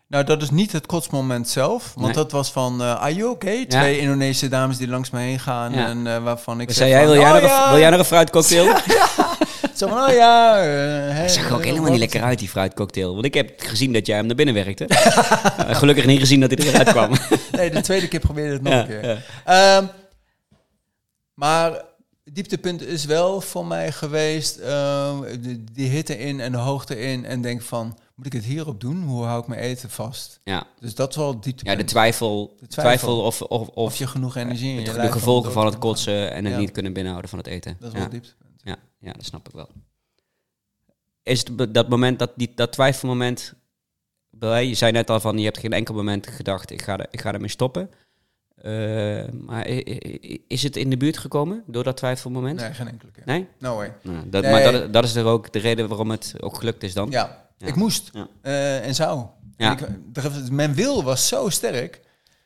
Nou, dat is niet het kotsmoment zelf. Want dat was van, are you okay? 2 Indonesische dames die langs me heen gaan. Ja. En waarvan ik zei, wil jij nog een fruitcocktail? Ja. Zo van, hij zag er ook helemaal niet lekker uit, die fruitcocktail. Want ik heb gezien dat jij hem naar binnen werkte. Gelukkig niet gezien dat hij eruit kwam. Nee, de tweede keer probeerde het nog een keer. Ja. Maar het dieptepunt is wel voor mij geweest... die hitte in en de hoogte in. En denk van, moet ik het hierop doen? Hoe hou ik mijn eten vast? Ja. Dus dat is wel het dieptepunt. Ja, de twijfel of je genoeg energie in je lijf... De gevolgen van het kotsen en het niet kunnen binnenhouden van het eten. Dat is wel het dieptepunt. Ja, dat snap ik wel. Is het dat moment, dat twijfelmoment... Je zei net al van, je hebt geen enkel moment gedacht... ik ga ermee stoppen. Maar is het in de buurt gekomen door dat twijfelmoment? Nee, geen enkele keer. Nee? No way. Nee. Maar dat is er ook de reden waarom het ook gelukt is dan? Ja, ik moest en zou. Ja. Mijn wil was zo sterk.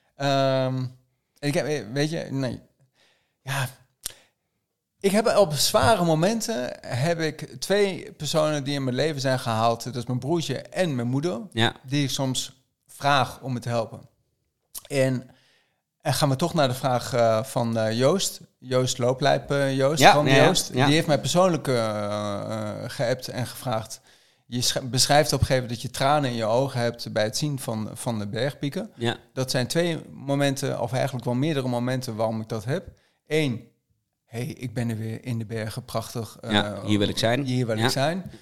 Ik heb, weet je, nee. Ja... Ik heb op zware momenten heb ik 2 personen die in mijn leven zijn gehaald. Dat is mijn broertje en mijn moeder. Ja. Die ik soms vraag om me te helpen. En gaan we toch naar de vraag van Joost. Joost Looplijp, Joost. Joost. Die heeft mij persoonlijk geappt en gevraagd. Je beschrijft op een gegeven moment dat je tranen in je ogen hebt bij het zien van de bergpieken. Ja. Dat zijn 2 momenten, of eigenlijk wel meerdere momenten waarom ik dat heb. 1... Hey, ik ben er weer in de bergen, prachtig. Hier wil ik zijn. Hier wil ik zijn.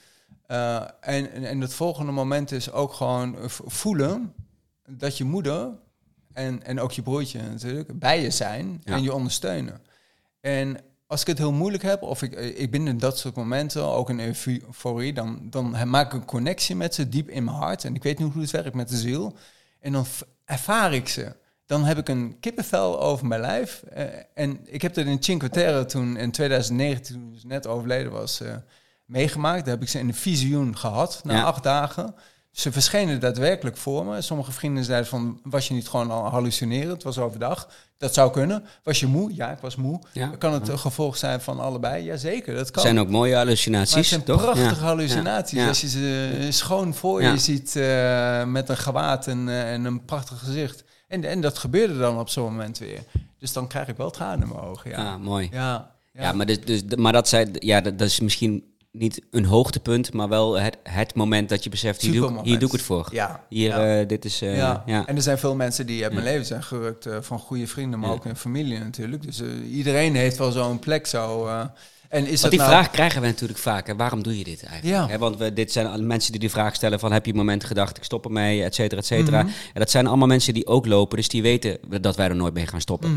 En het volgende moment is ook gewoon voelen dat je moeder en ook je broertje natuurlijk bij je zijn en je ondersteunen. En als ik het heel moeilijk heb, of ik ben in dat soort momenten, ook in euforie, dan maak ik een connectie met ze diep in mijn hart. En ik weet niet hoe het werkt met de ziel. En dan ervaar ik ze. Dan heb ik een kippenvel over mijn lijf. En ik heb dat in Cinque Terre toen in 2019, toen ze net overleden was, meegemaakt. Daar heb ik ze in een visioen gehad, na 8 dagen. Ze verschenen daadwerkelijk voor me. Sommige vrienden zeiden van, was je niet gewoon al hallucineren? Het was overdag. Dat zou kunnen. Was je moe? Ja, ik was moe. Ja. Kan het een gevolg zijn van allebei? Jazeker, dat kan. Het zijn ook mooie hallucinaties, maar het zijn toch? Prachtige hallucinaties. Ja. Als je ze schoon voor je ziet met een gewaad en een prachtig gezicht. En dat gebeurde dan op zo'n moment weer. Dus dan krijg ik wel tranen in mijn ogen. Ja, mooi. Ja, maar dat is misschien niet een hoogtepunt, maar wel het moment dat je beseft, hier doe ik het voor. Ja. Dit is... En er zijn veel mensen die uit mijn leven zijn gerukt van goede vrienden, maar ook in familie natuurlijk. Dus iedereen heeft wel zo'n plek zo... Want die vraag krijgen we natuurlijk vaak. Hè? Waarom doe je dit eigenlijk? Ja. Want dit zijn mensen die vraag stellen van... heb je een moment gedacht, ik stop ermee, et cetera, et cetera. Mm-hmm. En dat zijn allemaal mensen die ook lopen. Dus die weten dat wij er nooit mee gaan stoppen.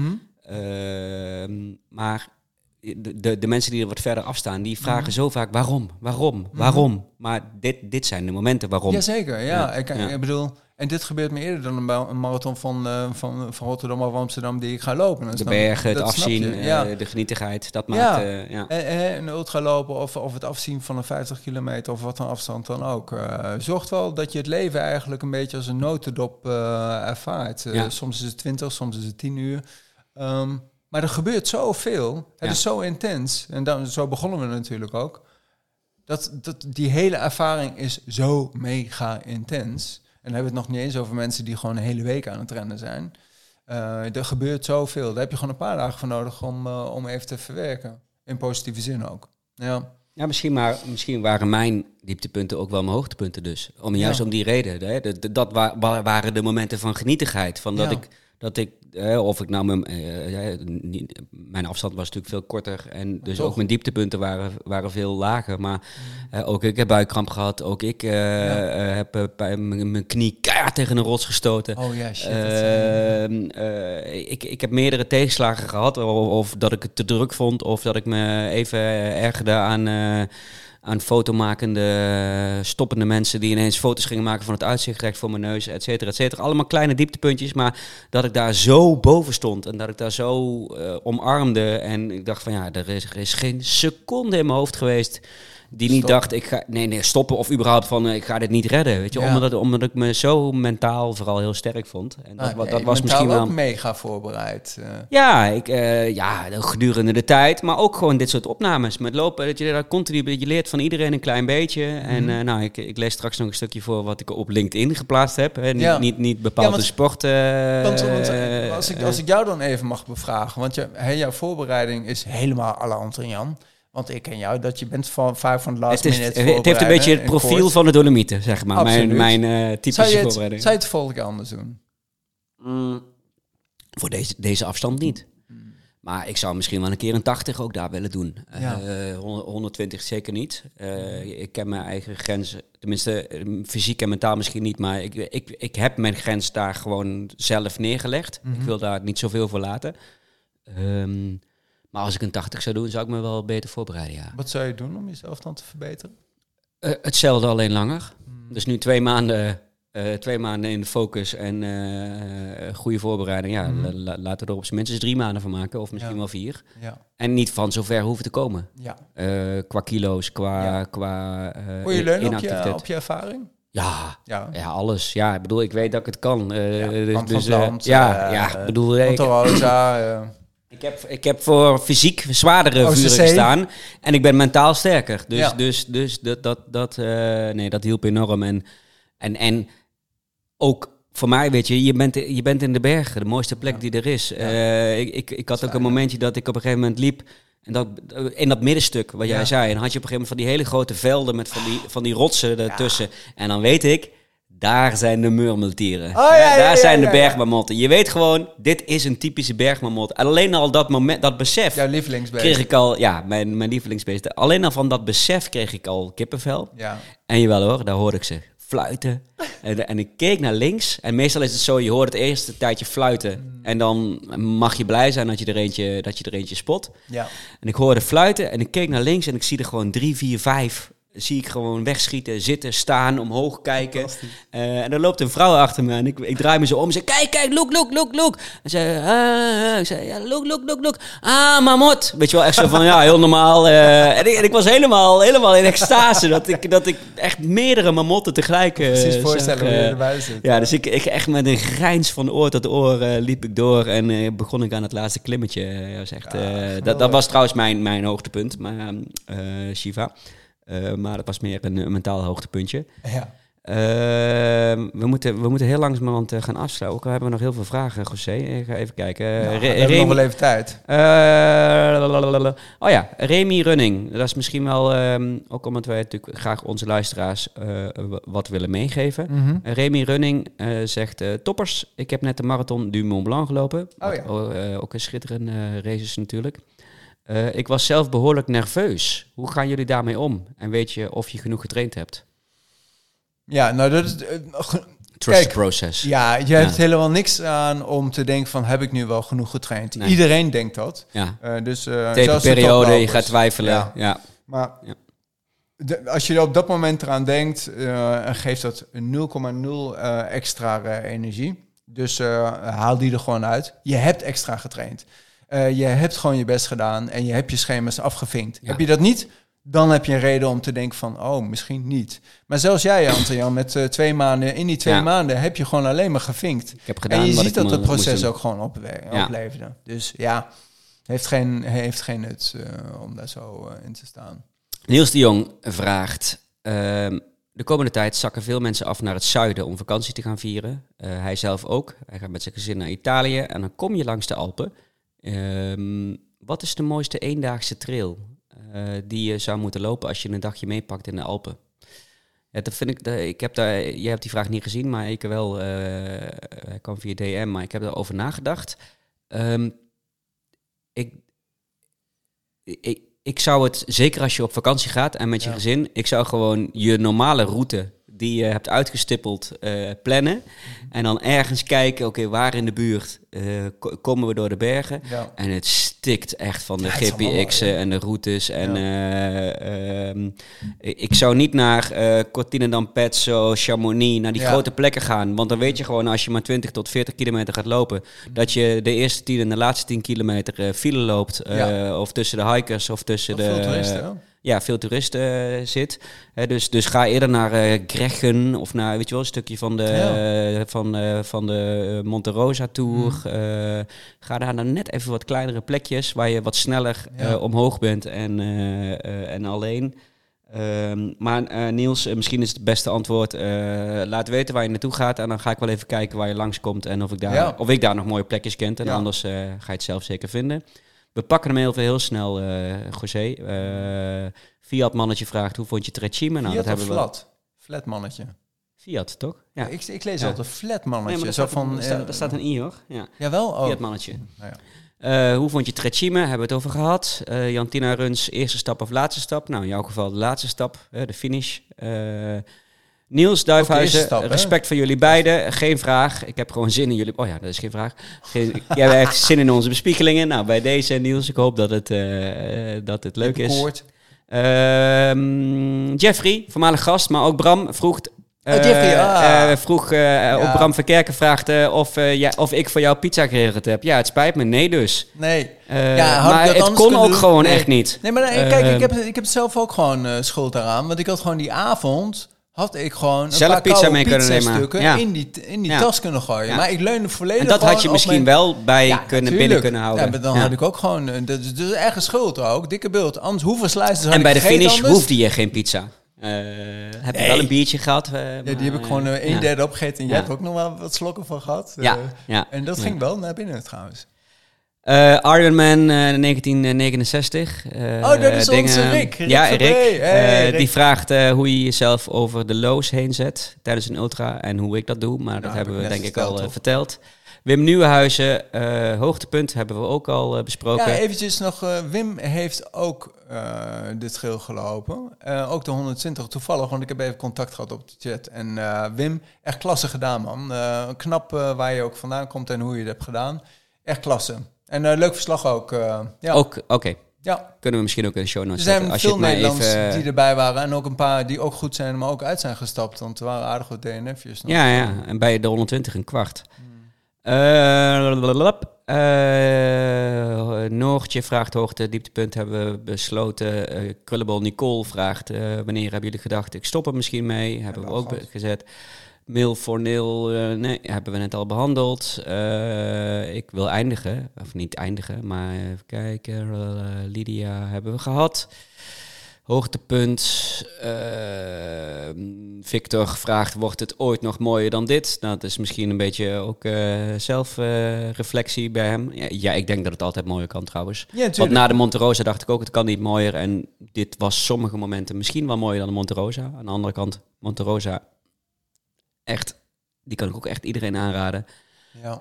Mm-hmm. Maar de mensen die er wat verder afstaan... die vragen zo vaak waarom? Maar dit zijn de momenten waarom. Jazeker, ik bedoel... En dit gebeurt me eerder dan een marathon van Rotterdam of Amsterdam die ik ga lopen. De bergen, het afzien, de genietigheid, dat maakt... Een ultra lopen of het afzien van een 50 kilometer of wat een afstand dan ook. Zorgt wel dat je het leven eigenlijk een beetje als een notendop ervaart. Soms is het 20, soms is het 10 uur. Maar er gebeurt zoveel. Het is zo intens. En zo begonnen we natuurlijk ook. Dat die hele ervaring is zo mega intens... En dan hebben we het nog niet eens over mensen die gewoon een hele week aan het rennen zijn. Er gebeurt zoveel. Daar heb je gewoon een paar dagen voor nodig om even te verwerken. In positieve zin ook. Ja, misschien waren mijn dieptepunten ook wel mijn hoogtepunten dus. Juist om die reden. Hè? Dat waren de momenten van genietigheid. Van dat ik of ik nou mijn afstand was natuurlijk veel korter en dus ook mijn dieptepunten waren veel lager. Maar ook ik heb buikkramp gehad. Ook ik heb mijn knie keihard tegen een rots gestoten. Oh ja, shit. Ik heb meerdere tegenslagen gehad. Of dat ik het te druk vond. Of dat ik me even ergerde aan fotomakende, stoppende mensen die ineens foto's gingen maken van het uitzicht recht voor mijn neus, et cetera, et cetera. Allemaal kleine dieptepuntjes, maar dat ik daar zo boven stond en dat ik daar zo omarmde. En ik dacht van er is geen seconde in mijn hoofd geweest die niet dacht, ik ga stoppen of überhaupt van, ik ga dit niet redden. Weet je, omdat ik me zo mentaal vooral heel sterk vond. En dat was misschien wel ook mega voorbereid. Ja, gedurende de tijd, maar ook gewoon dit soort opnames met lopen. Dat je daar continu, je leert van iedereen een klein beetje. En ik lees straks nog een stukje voor wat ik op LinkedIn geplaatst heb. Hè. Niet bepaalde sport. Als ik jou dan even mag bevragen, want jouw voorbereiding is helemaal à la Anton-Jan. Want ik ken jou, dat je bent vaak van het last minute voorbereiden. Het heeft een beetje het profiel van de Dolomieten, zeg maar. Mijn typische voorbereiding. Zou je het volgende keer anders doen? Voor deze afstand niet. Maar ik zou misschien wel een keer een 80 ook daar willen doen. 120 zeker niet. Ik ken mijn eigen grenzen. Tenminste, fysiek en mentaal misschien niet. Maar ik heb mijn grens daar gewoon zelf neergelegd. Ik wil daar niet zoveel voor laten. Maar als ik een 80 zou doen, zou ik me wel beter voorbereiden, ja. Wat zou je doen om jezelf dan te verbeteren? Hetzelfde, alleen langer. Dus nu 2 maanden... 2 maanden in de focus en goede voorbereiding. Ja, laten we er op zijn minstens 3 maanden van maken. Of misschien wel 4. Ja. En niet van zover hoeven te komen. Ja. Qua kilo's, qua Word je leunen op je ervaring? Ja, alles. Ja, ik bedoel, ik weet dat ik het kan. Ik heb voor fysiek zwaardere vuren gestaan. En ik ben mentaal sterker. Dus dat hielp enorm. En ook voor mij, weet je bent in de bergen, de mooiste plek die er is. Ik had ook een momentje dat ik op een gegeven moment liep. En in dat middenstuk, wat jij zei. En had je op een gegeven moment van die hele grote velden met van die rotsen ertussen. En dan weet ik, daar zijn de murmeltieren. Daar zijn de bergmamotten. Je weet gewoon, dit is een typische bergmamot. En alleen al dat moment, dat besef... Jouw lievelingsbeest. Kreeg ik al, mijn lievelingsbeest. Alleen al van dat besef kreeg ik al kippenvel. Ja. En jawel hoor, daar hoorde ik ze fluiten. En ik keek naar links. En meestal is het zo, je hoort het eerste tijdje fluiten. En dan mag je blij zijn dat je er eentje spot. Ja. En ik hoorde fluiten en ik keek naar links en ik zie er gewoon 3, 4, 5... zie ik gewoon wegschieten, zitten, staan, omhoog kijken. En er loopt een vrouw achter me en ik draai me zo om en zeg, kijk, look. En ik zei, ja, look. Ah, mamot. Weet je wel, echt zo van, heel normaal. En ik was helemaal in extase dat ik echt meerdere mamotten tegelijk precies voorstellen hoe je erbij zit. Ja, dus ik echt met een grijns van oor tot oor liep ik door en begon ik aan het laatste klimmetje. Dat was trouwens mijn hoogtepunt, maar Shiva. Maar dat was meer een mentaal hoogtepuntje. Ja. We moeten heel langzamerhand gaan afsluiten. Ook al hebben we nog heel veel vragen, José. Ik ga even kijken. We hebben nog wel even tijd. Remy Running. Dat is misschien wel, ook omdat wij natuurlijk graag onze luisteraars wat willen meegeven. Mm-hmm. Remy Running zegt, toppers, ik heb net de Marathon du Mont Blanc gelopen. Ook een schitterende races natuurlijk. Ik was zelf behoorlijk nerveus. Hoe gaan jullie daarmee om? En weet je of je genoeg getraind hebt? Ja, nou dat is... Trust the process. Ja, je hebt helemaal niks aan om te denken van, heb ik nu wel genoeg getraind? Nee. Iedereen denkt dat. Ja. Taperperiode, je gaat twijfelen. Ja. Maar als je op dat moment eraan denkt, geeft dat 0,0 extra energie. Dus haal die er gewoon uit. Je hebt extra getraind. Je hebt gewoon je best gedaan en je hebt je schema's afgevinkt. Ja. Heb je dat niet, dan heb je een reden om te denken van, misschien niet. Maar zelfs jij, Anton-Jan, met 2 maanden, in die 2 maanden heb je gewoon alleen maar gevinkt. Ik heb gedaan en je ziet dat het proces ook gewoon opleverde. Dus heeft geen nut om daar zo in te staan. Niels de Jong vraagt, de komende tijd zakken veel mensen af naar het zuiden om vakantie te gaan vieren. Hij zelf ook. Hij gaat met zijn gezin naar Italië en dan kom je langs de Alpen. Wat is de mooiste eendaagse trail die je zou moeten lopen als je een dagje meepakt in de Alpen? Ja, dat vind ik. Jij hebt die vraag niet gezien, maar ik wel. Hij kwam via DM, maar ik heb erover nagedacht. Ik zou het, zeker als je op vakantie gaat en met je gezin, ik zou gewoon je normale route die je hebt uitgestippeld plannen. En dan ergens kijken, oké, waar in de buurt komen we door de bergen. Ja. En het stikt echt van de GPX'en en de routes. En ik zou niet naar Cortina d'Ampezzo, Chamonix, naar die grote plekken gaan. Want dan weet je gewoon, als je maar 20 tot 40 kilometer gaat lopen, dat je de eerste 10 en de laatste 10 kilometer file loopt. Of tussen de hikers of tussen de... toeristen, veel toeristen zit. Dus ga eerder naar Greggen of naar, weet je wel, een stukje van de Monte Rosa Tour. Ga daar dan net even wat kleinere plekjes waar je wat sneller omhoog bent en alleen. Maar Niels, misschien is het beste antwoord. Laat weten waar je naartoe gaat. En dan ga ik wel even kijken waar je langskomt. En of ik daar nog mooie plekjes ken. En anders ga je het zelf zeker vinden. We pakken hem heel snel, José. Fiat mannetje vraagt, hoe vond je Trecime? Nou, Fiat dat hebben flat? Flat mannetje. Fiat, toch? Ja. Ik lees altijd flat mannetje. Nee, maar daar staat een i, hoor. Ja. Jawel? Oh. Fiat mannetje. Nou hoe vond je Trecime? Hebben we het over gehad. Jantina Runs, eerste stap of laatste stap? Nou, in jouw geval de laatste stap, de finish. Niels Duifhuizen, respect voor jullie beiden. Geen vraag. Ik heb gewoon zin in jullie... Oh ja, dat is geen vraag. Jij hebt zin in onze bespiegelingen. Nou, bij deze, Niels, ik hoop dat het leuk is. Jeffrey, voormalig gast, maar ook Bram, vroeg... Op Bram Verkerken vraagt of ik voor jou pizza geregeld heb. Ja, het spijt me. Nee dus. Nee. Maar het kon ook gewoon echt niet. Nee, maar kijk, ik heb zelf ook gewoon schuld daaraan. Want ik had gewoon die avond... had ik gewoon een zelf paar pizza mee kunnen pizza-stukken in die tas kunnen gooien. Ja. Maar ik leunde volledig. En dat had je misschien wel binnen kunnen houden. Ja, maar dan had ik ook gewoon... Dus eigen schuld ook. Dikke bult. Anders hoeveel slices had en bij de finish anders? hoefde je geen pizza. Heb je wel een biertje gehad? Die heb ik gewoon een derde opgegeten. En jij hebt ook nog wel wat slokken van gehad. En dat ging wel naar binnen trouwens. Ironman 1969. Dat is onze Rick. Rick. Die vraagt hoe je jezelf over de lows heen zet tijdens een ultra en hoe ik dat doe. Maar dat hebben we denk ik al verteld. Wim Nieuwenhuizen, hoogtepunt hebben we ook al besproken. Ja, eventjes nog. Wim heeft ook dit geel gelopen. Ook de 120 toevallig, want ik heb even contact gehad op de chat. En Wim, echt klasse gedaan, man. Knap waar je ook vandaan komt en hoe je het hebt gedaan. Echt klasse. En leuk verslag ook. Ook, oké. Ja. Kunnen we misschien ook in de show notes zetten. Er zijn veel Nederlanders die erbij waren. En ook een paar die ook goed zijn, maar ook uit zijn gestapt. Want er waren aardig wat DNF'jes. Ja. En bij de 120 een kwart. Noortje vraagt hoogte, dieptepunt hebben we besloten. Krullebol Nicole vraagt, wanneer hebben jullie gedacht? Ik stop er misschien mee. Hebben we ook gezet. Mail voor Neil, nee, hebben we net al behandeld. Ik wil eindigen, of niet eindigen, maar even kijken. Lydia hebben we gehad. Hoogtepunt. Victor vraagt, wordt het ooit nog mooier dan dit? Nou, dat is misschien een beetje ook zelfreflectie bij hem. Ja, ik denk dat het altijd mooier kan trouwens. Ja, want na de Monte Rosa dacht ik ook, het kan niet mooier. En dit was sommige momenten misschien wel mooier dan de Monte Rosa. Aan de andere kant, Monte Rosa, echt, die kan ik ook echt iedereen aanraden. Ja.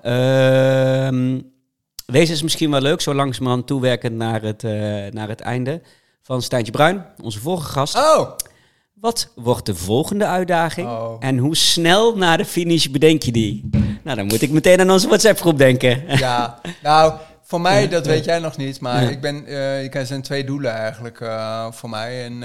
Deze is misschien wel leuk, zo langzamerhand toewerkend naar het einde. Van Stijntje Bruin, onze vorige gast. Wat wordt de volgende uitdaging? En hoe snel na de finish bedenk je die? Nou, dan moet ik meteen aan onze WhatsApp-groep denken. Ja, nou, voor mij, dat weet jij nog niet. Maar er zijn 2 doelen eigenlijk voor mij. En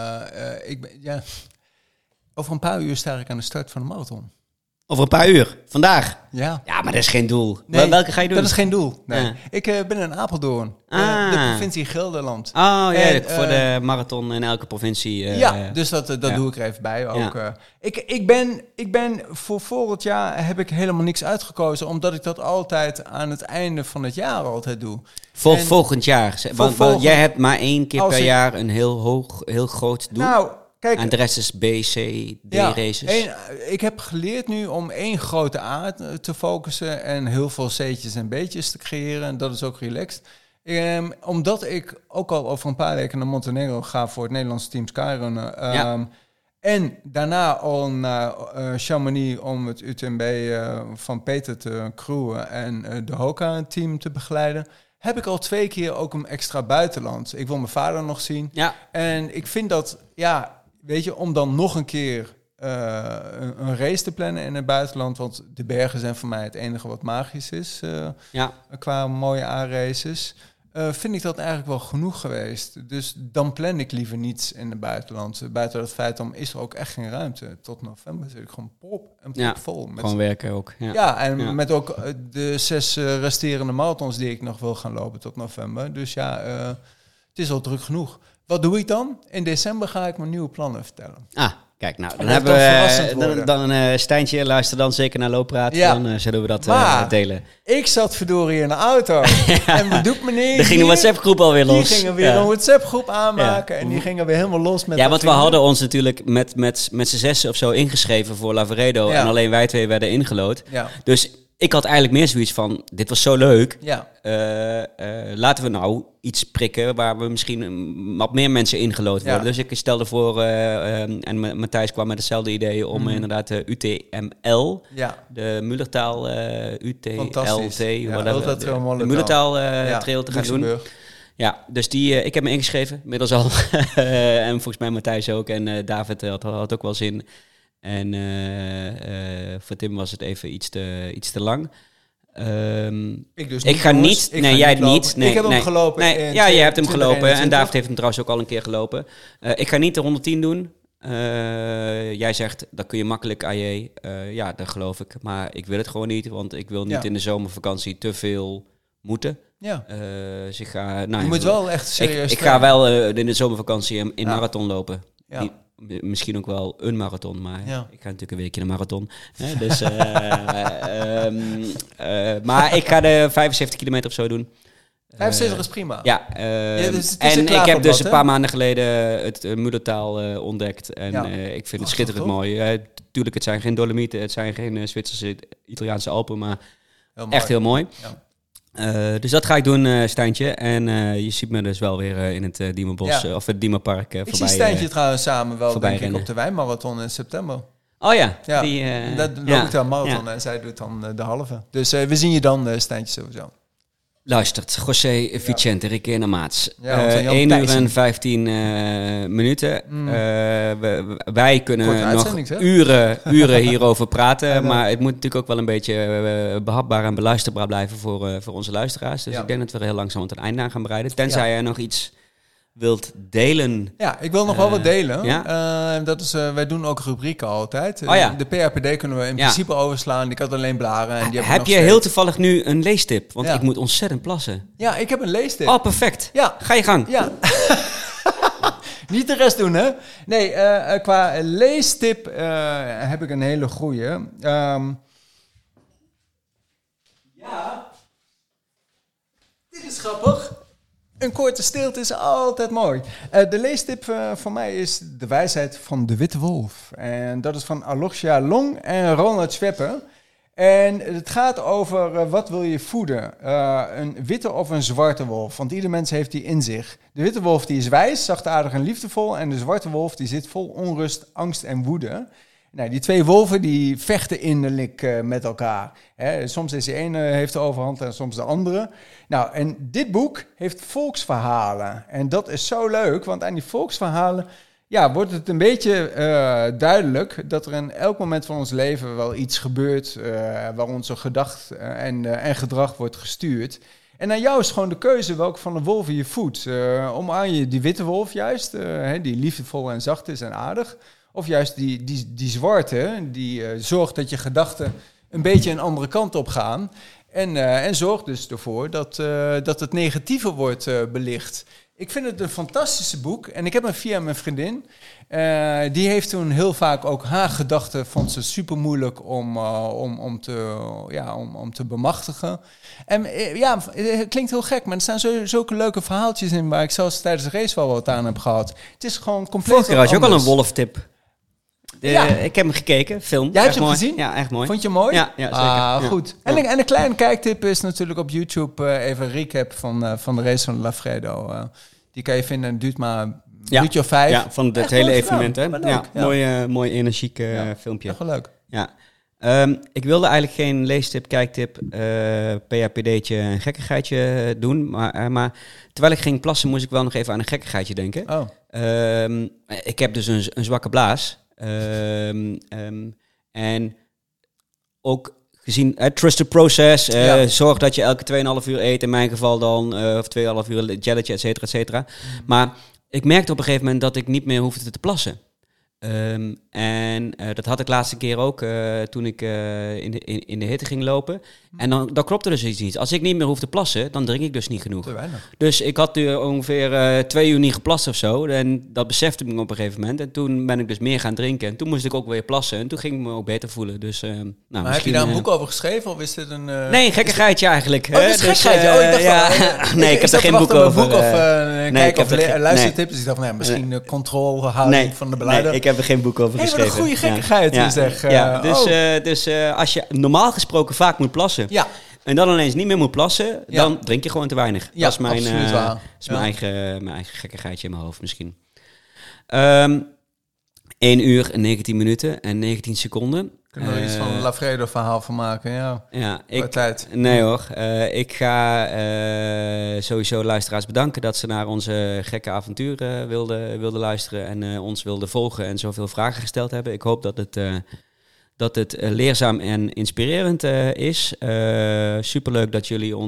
over een paar uur sta ik aan de start van de marathon. Over een paar uur? Vandaag? Ja. Ja, maar dat is geen doel. Nee, welke ga je doen? Dat is geen doel. Nee. Ja. Ik ben in Apeldoorn. De provincie Gelderland. Voor de marathon in elke provincie. Dus dat doe ik er even bij ook. Ja. Ik ben voor het jaar heb ik helemaal niks uitgekozen, omdat ik dat altijd aan het einde van het jaar altijd doe. Volgend jaar? Want jij hebt maar 1 keer per jaar een heel groot doel. Nou, kijk, en de rest is B, C, D races. Ik heb geleerd nu om 1 grote A te focussen en heel veel C'tjes en B'tjes te creëren. En dat is ook relaxed. Omdat ik ook al over een paar weken naar Montenegro ga voor het Nederlandse team Skyrunnen. En daarna al naar Chamonix om het UTMB van Peter te crewen en de Hoka-team te begeleiden, heb ik al 2 keer ook een extra buitenland. Ik wil mijn vader nog zien. Ja. En ik vind dat, weet je, om dan nog een keer een race te plannen in het buitenland, want de bergen zijn voor mij het enige wat magisch is qua mooie A-races, vind ik dat eigenlijk wel genoeg geweest. Dus dan plan ik liever niets in het buitenland. Buiten het feit, dan is er ook echt geen ruimte. Tot november zit ik gewoon vol. Met gewoon werken ook. Met ook de 6 resterende marathons die ik nog wil gaan lopen tot november. Dus het is al druk genoeg. Wat doe ik dan? In december ga ik mijn nieuwe plannen vertellen. Kijk, nou, dan dat hebben kan verrassend worden. dan Stijntje, luister dan zeker naar Looppraat. Ja. Dan zullen we dat Maar delen. ik zat verdorie in de auto. En wat doet meneer? Er ging een WhatsApp-groep alweer los. Die gingen weer een WhatsApp-groep aanmaken. Ja. En die gingen weer helemaal los met... Ja, want we hadden ons natuurlijk met z'n zessen of zo ingeschreven voor Lavaredo. Ja. En alleen wij twee werden ingelood. Ja. Dus ik had eigenlijk meer zoiets van, dit was zo leuk. Ja. Laten we nou iets prikken waar we misschien wat meer mensen ingelood worden. Ja. Dus ik stelde voor, en Matthijs kwam met hetzelfde idee om inderdaad de UTML, de Mullertaal UTLT, de Mullertaal trail te gaan doen. Ja, dus ik heb me ingeschreven, inmiddels al. En volgens mij Matthijs ook. En David had ook wel zin. En voor Tim was het even iets te lang. Ik ga niet. Nee, jij niet. Nee, ik heb hem gelopen. Nee, ja, je hebt hem gelopen. En David heeft hem trouwens ook al een keer gelopen. Ik ga niet de 110 doen. Jij zegt, dat kun je makkelijk AJ. Ja, dat geloof ik. Maar ik wil het gewoon niet. Want ik wil niet in de zomervakantie te veel moeten. Ja. Dus ik ga, je moet wel echt serieus ik ga wel in de zomervakantie in marathon lopen. Ja. Misschien ook wel een marathon, maar ik ga natuurlijk een weekje een marathon. Hè? Dus, maar ik ga de 75 kilometer of zo doen. 75 is prima. Ja, dus en ik heb dus een paar maanden geleden het Mullertaal ontdekt. En ik vind het schitterend mooi. Tuurlijk, het zijn geen Dolomieten, het zijn geen Zwitserse, Italiaanse Alpen, maar echt heel mooi. Ja. Dus dat ga ik doen, Stijntje. En je ziet me dus wel weer in het Diemerbos of het Diemerpark voorbij. Ik zie Stijntje trouwens samen wel, denk ik, op de Wijnmarathon in september. Oh ja. Dat loop ik dan marathon en zij doet dan de halve. Dus we zien je dan, Stijntje, sowieso. Luistert, José Vicente, Riquena Maats. 1 uur en 15 minuten. Wij kunnen nog uren hierover praten. Maar het moet natuurlijk ook wel een beetje behapbaar en beluisterbaar blijven voor onze luisteraars. Dus ik denk dat we er heel langzaam aan het einde aan gaan bereiden. Tenzij jij nog iets wilt delen. Ja, ik wil nog wel wat delen. Ja? Dat is, wij doen ook rubrieken altijd. De PHPD kunnen we in principe overslaan. Ik had alleen blaren. En die heb je heel toevallig nu een leestip? Want ik moet ontzettend plassen. Ja, ik heb een leestip. Oh, perfect. Ja. Ga je gang. Ja. Niet de rest doen, hè? Nee, qua leestip heb ik een hele goeie. Dit is grappig. Een korte stilte is altijd mooi. De leestip van mij is De wijsheid van de Witte Wolf. En dat is van Aloysia Long en Ronald Schweppe. En het gaat over wat wil je voeden? Een witte of een zwarte wolf? Want ieder mens heeft die in zich. De witte wolf die is wijs, zachtaardig en liefdevol. En de zwarte wolf die zit vol onrust, angst en woede. Nou, die twee wolven die vechten innerlijk met elkaar. Soms is de ene heeft de overhand en soms de andere. Nou, en dit boek heeft volksverhalen. En dat is zo leuk, want aan die volksverhalen wordt het een beetje duidelijk dat er in elk moment van ons leven wel iets gebeurt waar onze gedacht en gedrag wordt gestuurd. En aan jou is gewoon de keuze welke van de wolven je voedt. Omarm je die witte wolf juist, die liefdevol en zacht is en aardig. Of juist die zwarte, die zorgt dat je gedachten een beetje een andere kant op gaan. En zorgt dus ervoor dat het negatieve wordt belicht. Ik vind het een fantastische boek. En ik heb hem via mijn vriendin. Die heeft toen heel vaak ook haar gedachten, vond ze super moeilijk om te bemachtigen. En het klinkt heel gek, maar er staan zulke leuke verhaaltjes in waar ik zelfs tijdens de race wel wat aan heb gehad. Het is gewoon compleet. Vorige keer had je ook al een wolftip. Ik heb hem gekeken, film. Jij hebt hem gezien? Ja, echt mooi. Vond je hem mooi? Ja, zeker. Goed. Ja. En een kleine kijktip is natuurlijk op YouTube even een recap van de race van Lafredo. Die kan je vinden, het duurt maar een minuutje of 5. Ja, van het hele evenement. Hè? Mooi energiek filmpje. Echt wel leuk. Ja. Ik wilde eigenlijk geen leestip, kijktip, PHPD'tje en gekkigheidje doen. Maar terwijl ik ging plassen, moest ik wel nog even aan een gekkigheidje denken. Oh. Ik heb dus een zwakke blaas. En ook gezien, trust the process. Zorg dat je elke 2,5 uur eet. In mijn geval dan, of 2,5 uur jelletje, et cetera, et cetera. Maar ik merkte op een gegeven moment dat ik niet meer hoefde te plassen. Dat had ik laatste keer ook toen ik in de hitte ging lopen. En dan klopte er dus iets niet. Als ik niet meer hoef te plassen, dan drink ik dus niet genoeg. Te weinig. Dus ik had ongeveer 2 uur niet geplast of zo. En dat besefte ik op een gegeven moment. En toen ben ik dus meer gaan drinken. En toen moest ik ook weer plassen. En toen ging ik me ook beter voelen. Dus, maar heb je daar een boek over geschreven? Of is dit een... Nee, een gekkigheidje eigenlijk. Oh, dit is een gekkigheidje. Ik dacht nee, ik heb er geen boek over. Kijk of luistertips. Dus ik dacht, misschien controlehouding van de beluider. Nee, ik heb er geen boek over geschreven. Wat een goede gekkigheid, zeg. Dus als je normaal gesproken vaak moet plassen... Ja. En dan ineens niet meer moet plassen, dan drink je gewoon te weinig. Ja, dat is mijn, absoluut waar. Dat is mijn eigen gekkigheidje in mijn hoofd misschien. 1 uur en 19 minuten en 19 seconden. Kunnen we er iets van een Lafredo-verhaal van maken? Ja, tijd. Nee hoor. Ik ga sowieso luisteraars bedanken dat ze naar onze gekke avonturen wilden luisteren en ons wilden volgen en zoveel vragen gesteld hebben. Ik hoop dat het leerzaam en inspirerend is. Superleuk dat jullie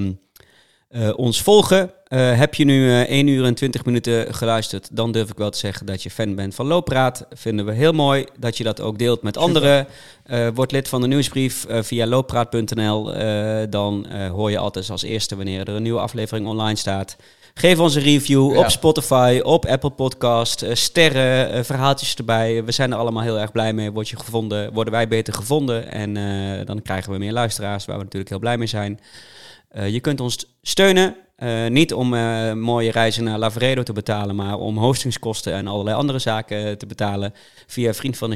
ons volgen. Heb je nu 1 uur en 20 minuten geluisterd, dan durf ik wel te zeggen dat je fan bent van Looppraat. Vinden we heel mooi dat je dat ook deelt met anderen. Word lid van de nieuwsbrief via looppraat.nl. Dan hoor je altijd als eerste wanneer er een nieuwe aflevering online staat. Geef ons een review op Spotify, op Apple Podcast, sterren, verhaaltjes erbij. We zijn er allemaal heel erg blij mee. Worden wij beter gevonden en dan krijgen we meer luisteraars, waar we natuurlijk heel blij mee zijn. Je kunt ons steunen, niet om mooie reizen naar Lavaredo te betalen, maar om hostingskosten en allerlei andere zaken te betalen via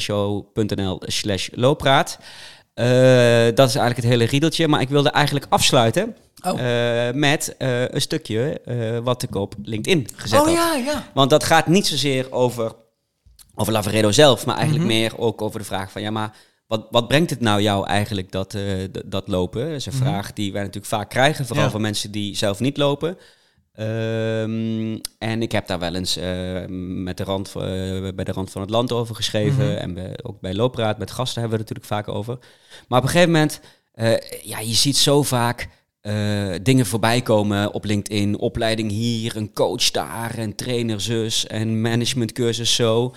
vriendvandeshow.nl/looppraat. Dat is eigenlijk het hele riedeltje, maar ik wilde eigenlijk afsluiten met een stukje wat ik op LinkedIn gezet had. Ja. Want dat gaat niet zozeer over Lavaredo zelf, maar eigenlijk meer ook over de vraag van maar wat brengt het nou jou eigenlijk dat lopen? Dat is een vraag die wij natuurlijk vaak krijgen, vooral van mensen die zelf niet lopen. En ik heb daar wel eens bij de rand van het land over geschreven. En ook bij Looppraat, met gasten hebben we het natuurlijk vaak over. Maar op een gegeven moment, je ziet zo vaak dingen voorbij komen op LinkedIn. Opleiding hier, een coach daar, een trainer zus en managementcursus zo.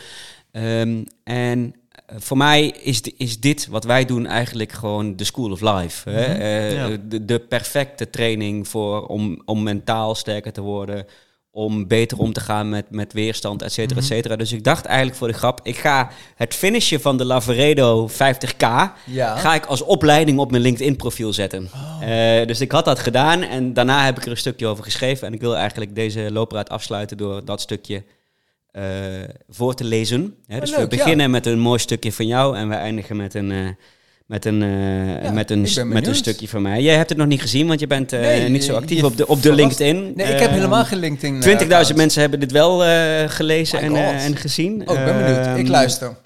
En voor mij is dit wat wij doen eigenlijk gewoon de school of life. De perfecte training om mentaal sterker te worden, om beter om te gaan met weerstand, et cetera, et cetera. Dus ik dacht eigenlijk voor de grap, ik ga het finishen van de Lavaredo 50k ga ik als opleiding op mijn LinkedIn profiel zetten. Dus ik had dat gedaan en daarna heb ik er een stukje over geschreven. En ik wil eigenlijk deze loopraad afsluiten door dat stukje voor te lezen. Dus leuk, we beginnen met een mooi stukje van jou en we eindigen met een stukje van mij. Jij hebt het nog niet gezien, want je bent niet zo actief op de LinkedIn. Nee, ik heb helemaal geen LinkedIn. 20.000 mensen hebben dit wel gelezen en gezien. Oh, ik ben benieuwd. Ik luister.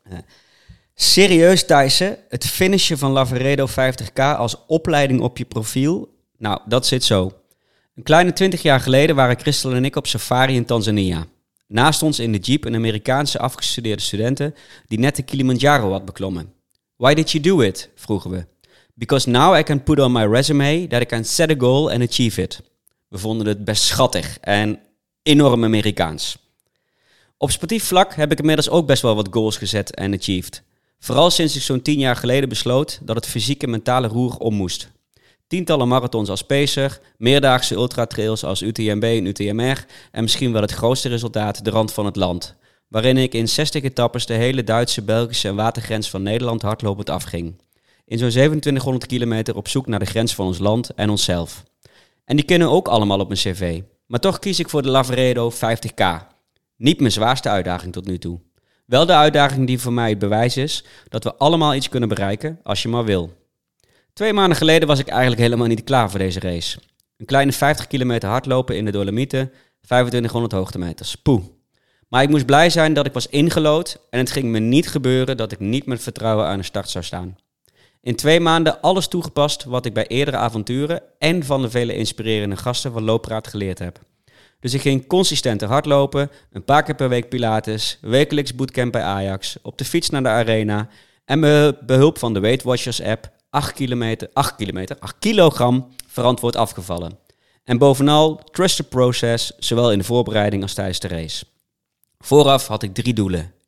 Serieus, Thijssen, het finishen van Lavaredo 50k als opleiding op je profiel. Nou, dat zit zo. Een kleine 20 jaar geleden waren Christel en ik op safari in Tanzania. Naast ons in de jeep een Amerikaanse afgestudeerde studente die net de Kilimanjaro had beklommen. Why did you do it? Vroegen we. Because now I can put on my resume that I can set a goal and achieve it. We vonden het best schattig en enorm Amerikaans. Op sportief vlak heb ik inmiddels ook best wel wat goals gezet en achieved. Vooral sinds ik zo'n 10 jaar geleden besloot dat het fysieke en mentale roer om moest. Tientallen marathons als pacer, meerdaagse ultratrails als UTMB en UTMR en misschien wel het grootste resultaat, de rand van het land. Waarin ik in 60 etappes de hele Duitse, Belgische en watergrens van Nederland hardlopend afging. In zo'n 2700 kilometer op zoek naar de grens van ons land en onszelf. En die kunnen ook allemaal op mijn cv. Maar toch kies ik voor de Lavaredo 50k. Niet mijn zwaarste uitdaging tot nu toe. Wel de uitdaging die voor mij het bewijs is dat we allemaal iets kunnen bereiken als je maar wil. 2 maanden geleden was ik eigenlijk helemaal niet klaar voor deze race. Een kleine 50 kilometer hardlopen in de Dolomieten, 2500 hoogtemeters. Poeh. Maar ik moest blij zijn dat ik was ingelood en het ging me niet gebeuren dat ik niet met vertrouwen aan de start zou staan. In 2 maanden alles toegepast wat ik bij eerdere avonturen en van de vele inspirerende gasten van Looppraat geleerd heb. Dus ik ging consistenter hardlopen, een paar keer per week pilates, wekelijks bootcamp bij Ajax, op de fiets naar de arena en met behulp van de Weight Watchers app 8 kilogram verantwoord afgevallen. En bovenal trust the process, zowel in de voorbereiding als tijdens de race. Vooraf had ik 3 doelen.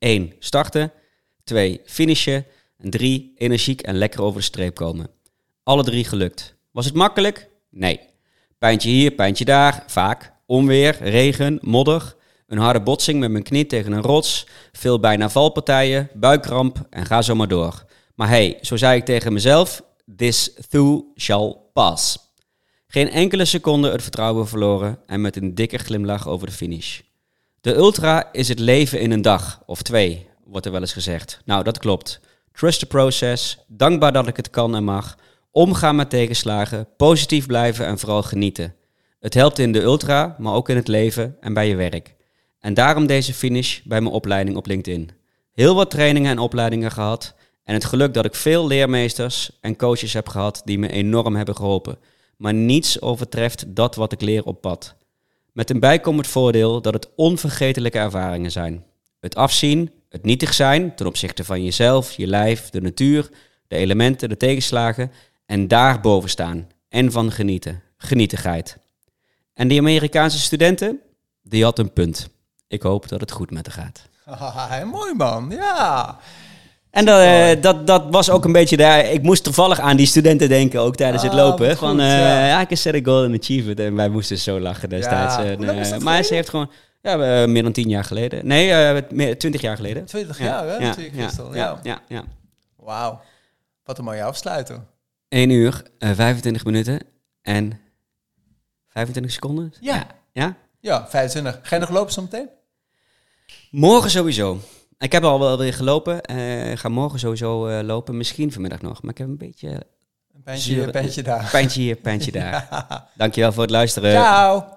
1. Starten. 2. Finishen. En 3. Energiek en lekker over de streep komen. Alle 3 gelukt. Was het makkelijk? Nee. Pijntje hier, pijntje daar, vaak. Onweer, regen, modder. Een harde botsing met mijn knie tegen een rots. Veel bijna valpartijen, buikkramp en ga zo maar door. Maar hey, zo zei ik tegen mezelf, this too shall pass. Geen enkele seconde het vertrouwen verloren en met een dikke glimlach over de finish. De ultra is het leven in een dag, of 2, wordt er wel eens gezegd. Nou, dat klopt. Trust the process, dankbaar dat ik het kan en mag. Omgaan met tegenslagen, positief blijven en vooral genieten. Het helpt in de ultra, maar ook in het leven en bij je werk. En daarom deze finish bij mijn opleiding op LinkedIn. Heel wat trainingen en opleidingen gehad. En het geluk dat ik veel leermeesters en coaches heb gehad die me enorm hebben geholpen. Maar niets overtreft dat wat ik leer op pad. Met een bijkomend voordeel dat het onvergetelijke ervaringen zijn. Het afzien, het nietig zijn ten opzichte van jezelf, je lijf, de natuur, de elementen, de tegenslagen. En daarboven staan. En van genieten. Genietigheid. En die Amerikaanse studenten, die had een punt. Ik hoop dat het goed met haar gaat. Mooi man, ja. En dat was ook een beetje daar. Ik moest toevallig aan die studenten denken, ook tijdens het lopen. Goed, van, I can set a goal and achieve it. En wij moesten zo lachen destijds. Ja, maar ze heeft gewoon, meer dan 10 jaar geleden. Nee, 20 jaar geleden. 20 jaar, hè? Ja. Wauw, wat een mooie afsluiter. 1 uur, 25 minuten en 25 seconden. Ja. Ja? Ja, 25. Ga je nog lopen zometeen? Morgen sowieso. Ik heb al wel weer gelopen. Ik ga morgen sowieso lopen. Misschien vanmiddag nog. Maar ik heb een beetje... Een pijntje hier, pijntje daar. Pijntje hier, pijntje daar. Dankjewel voor het luisteren. Ciao.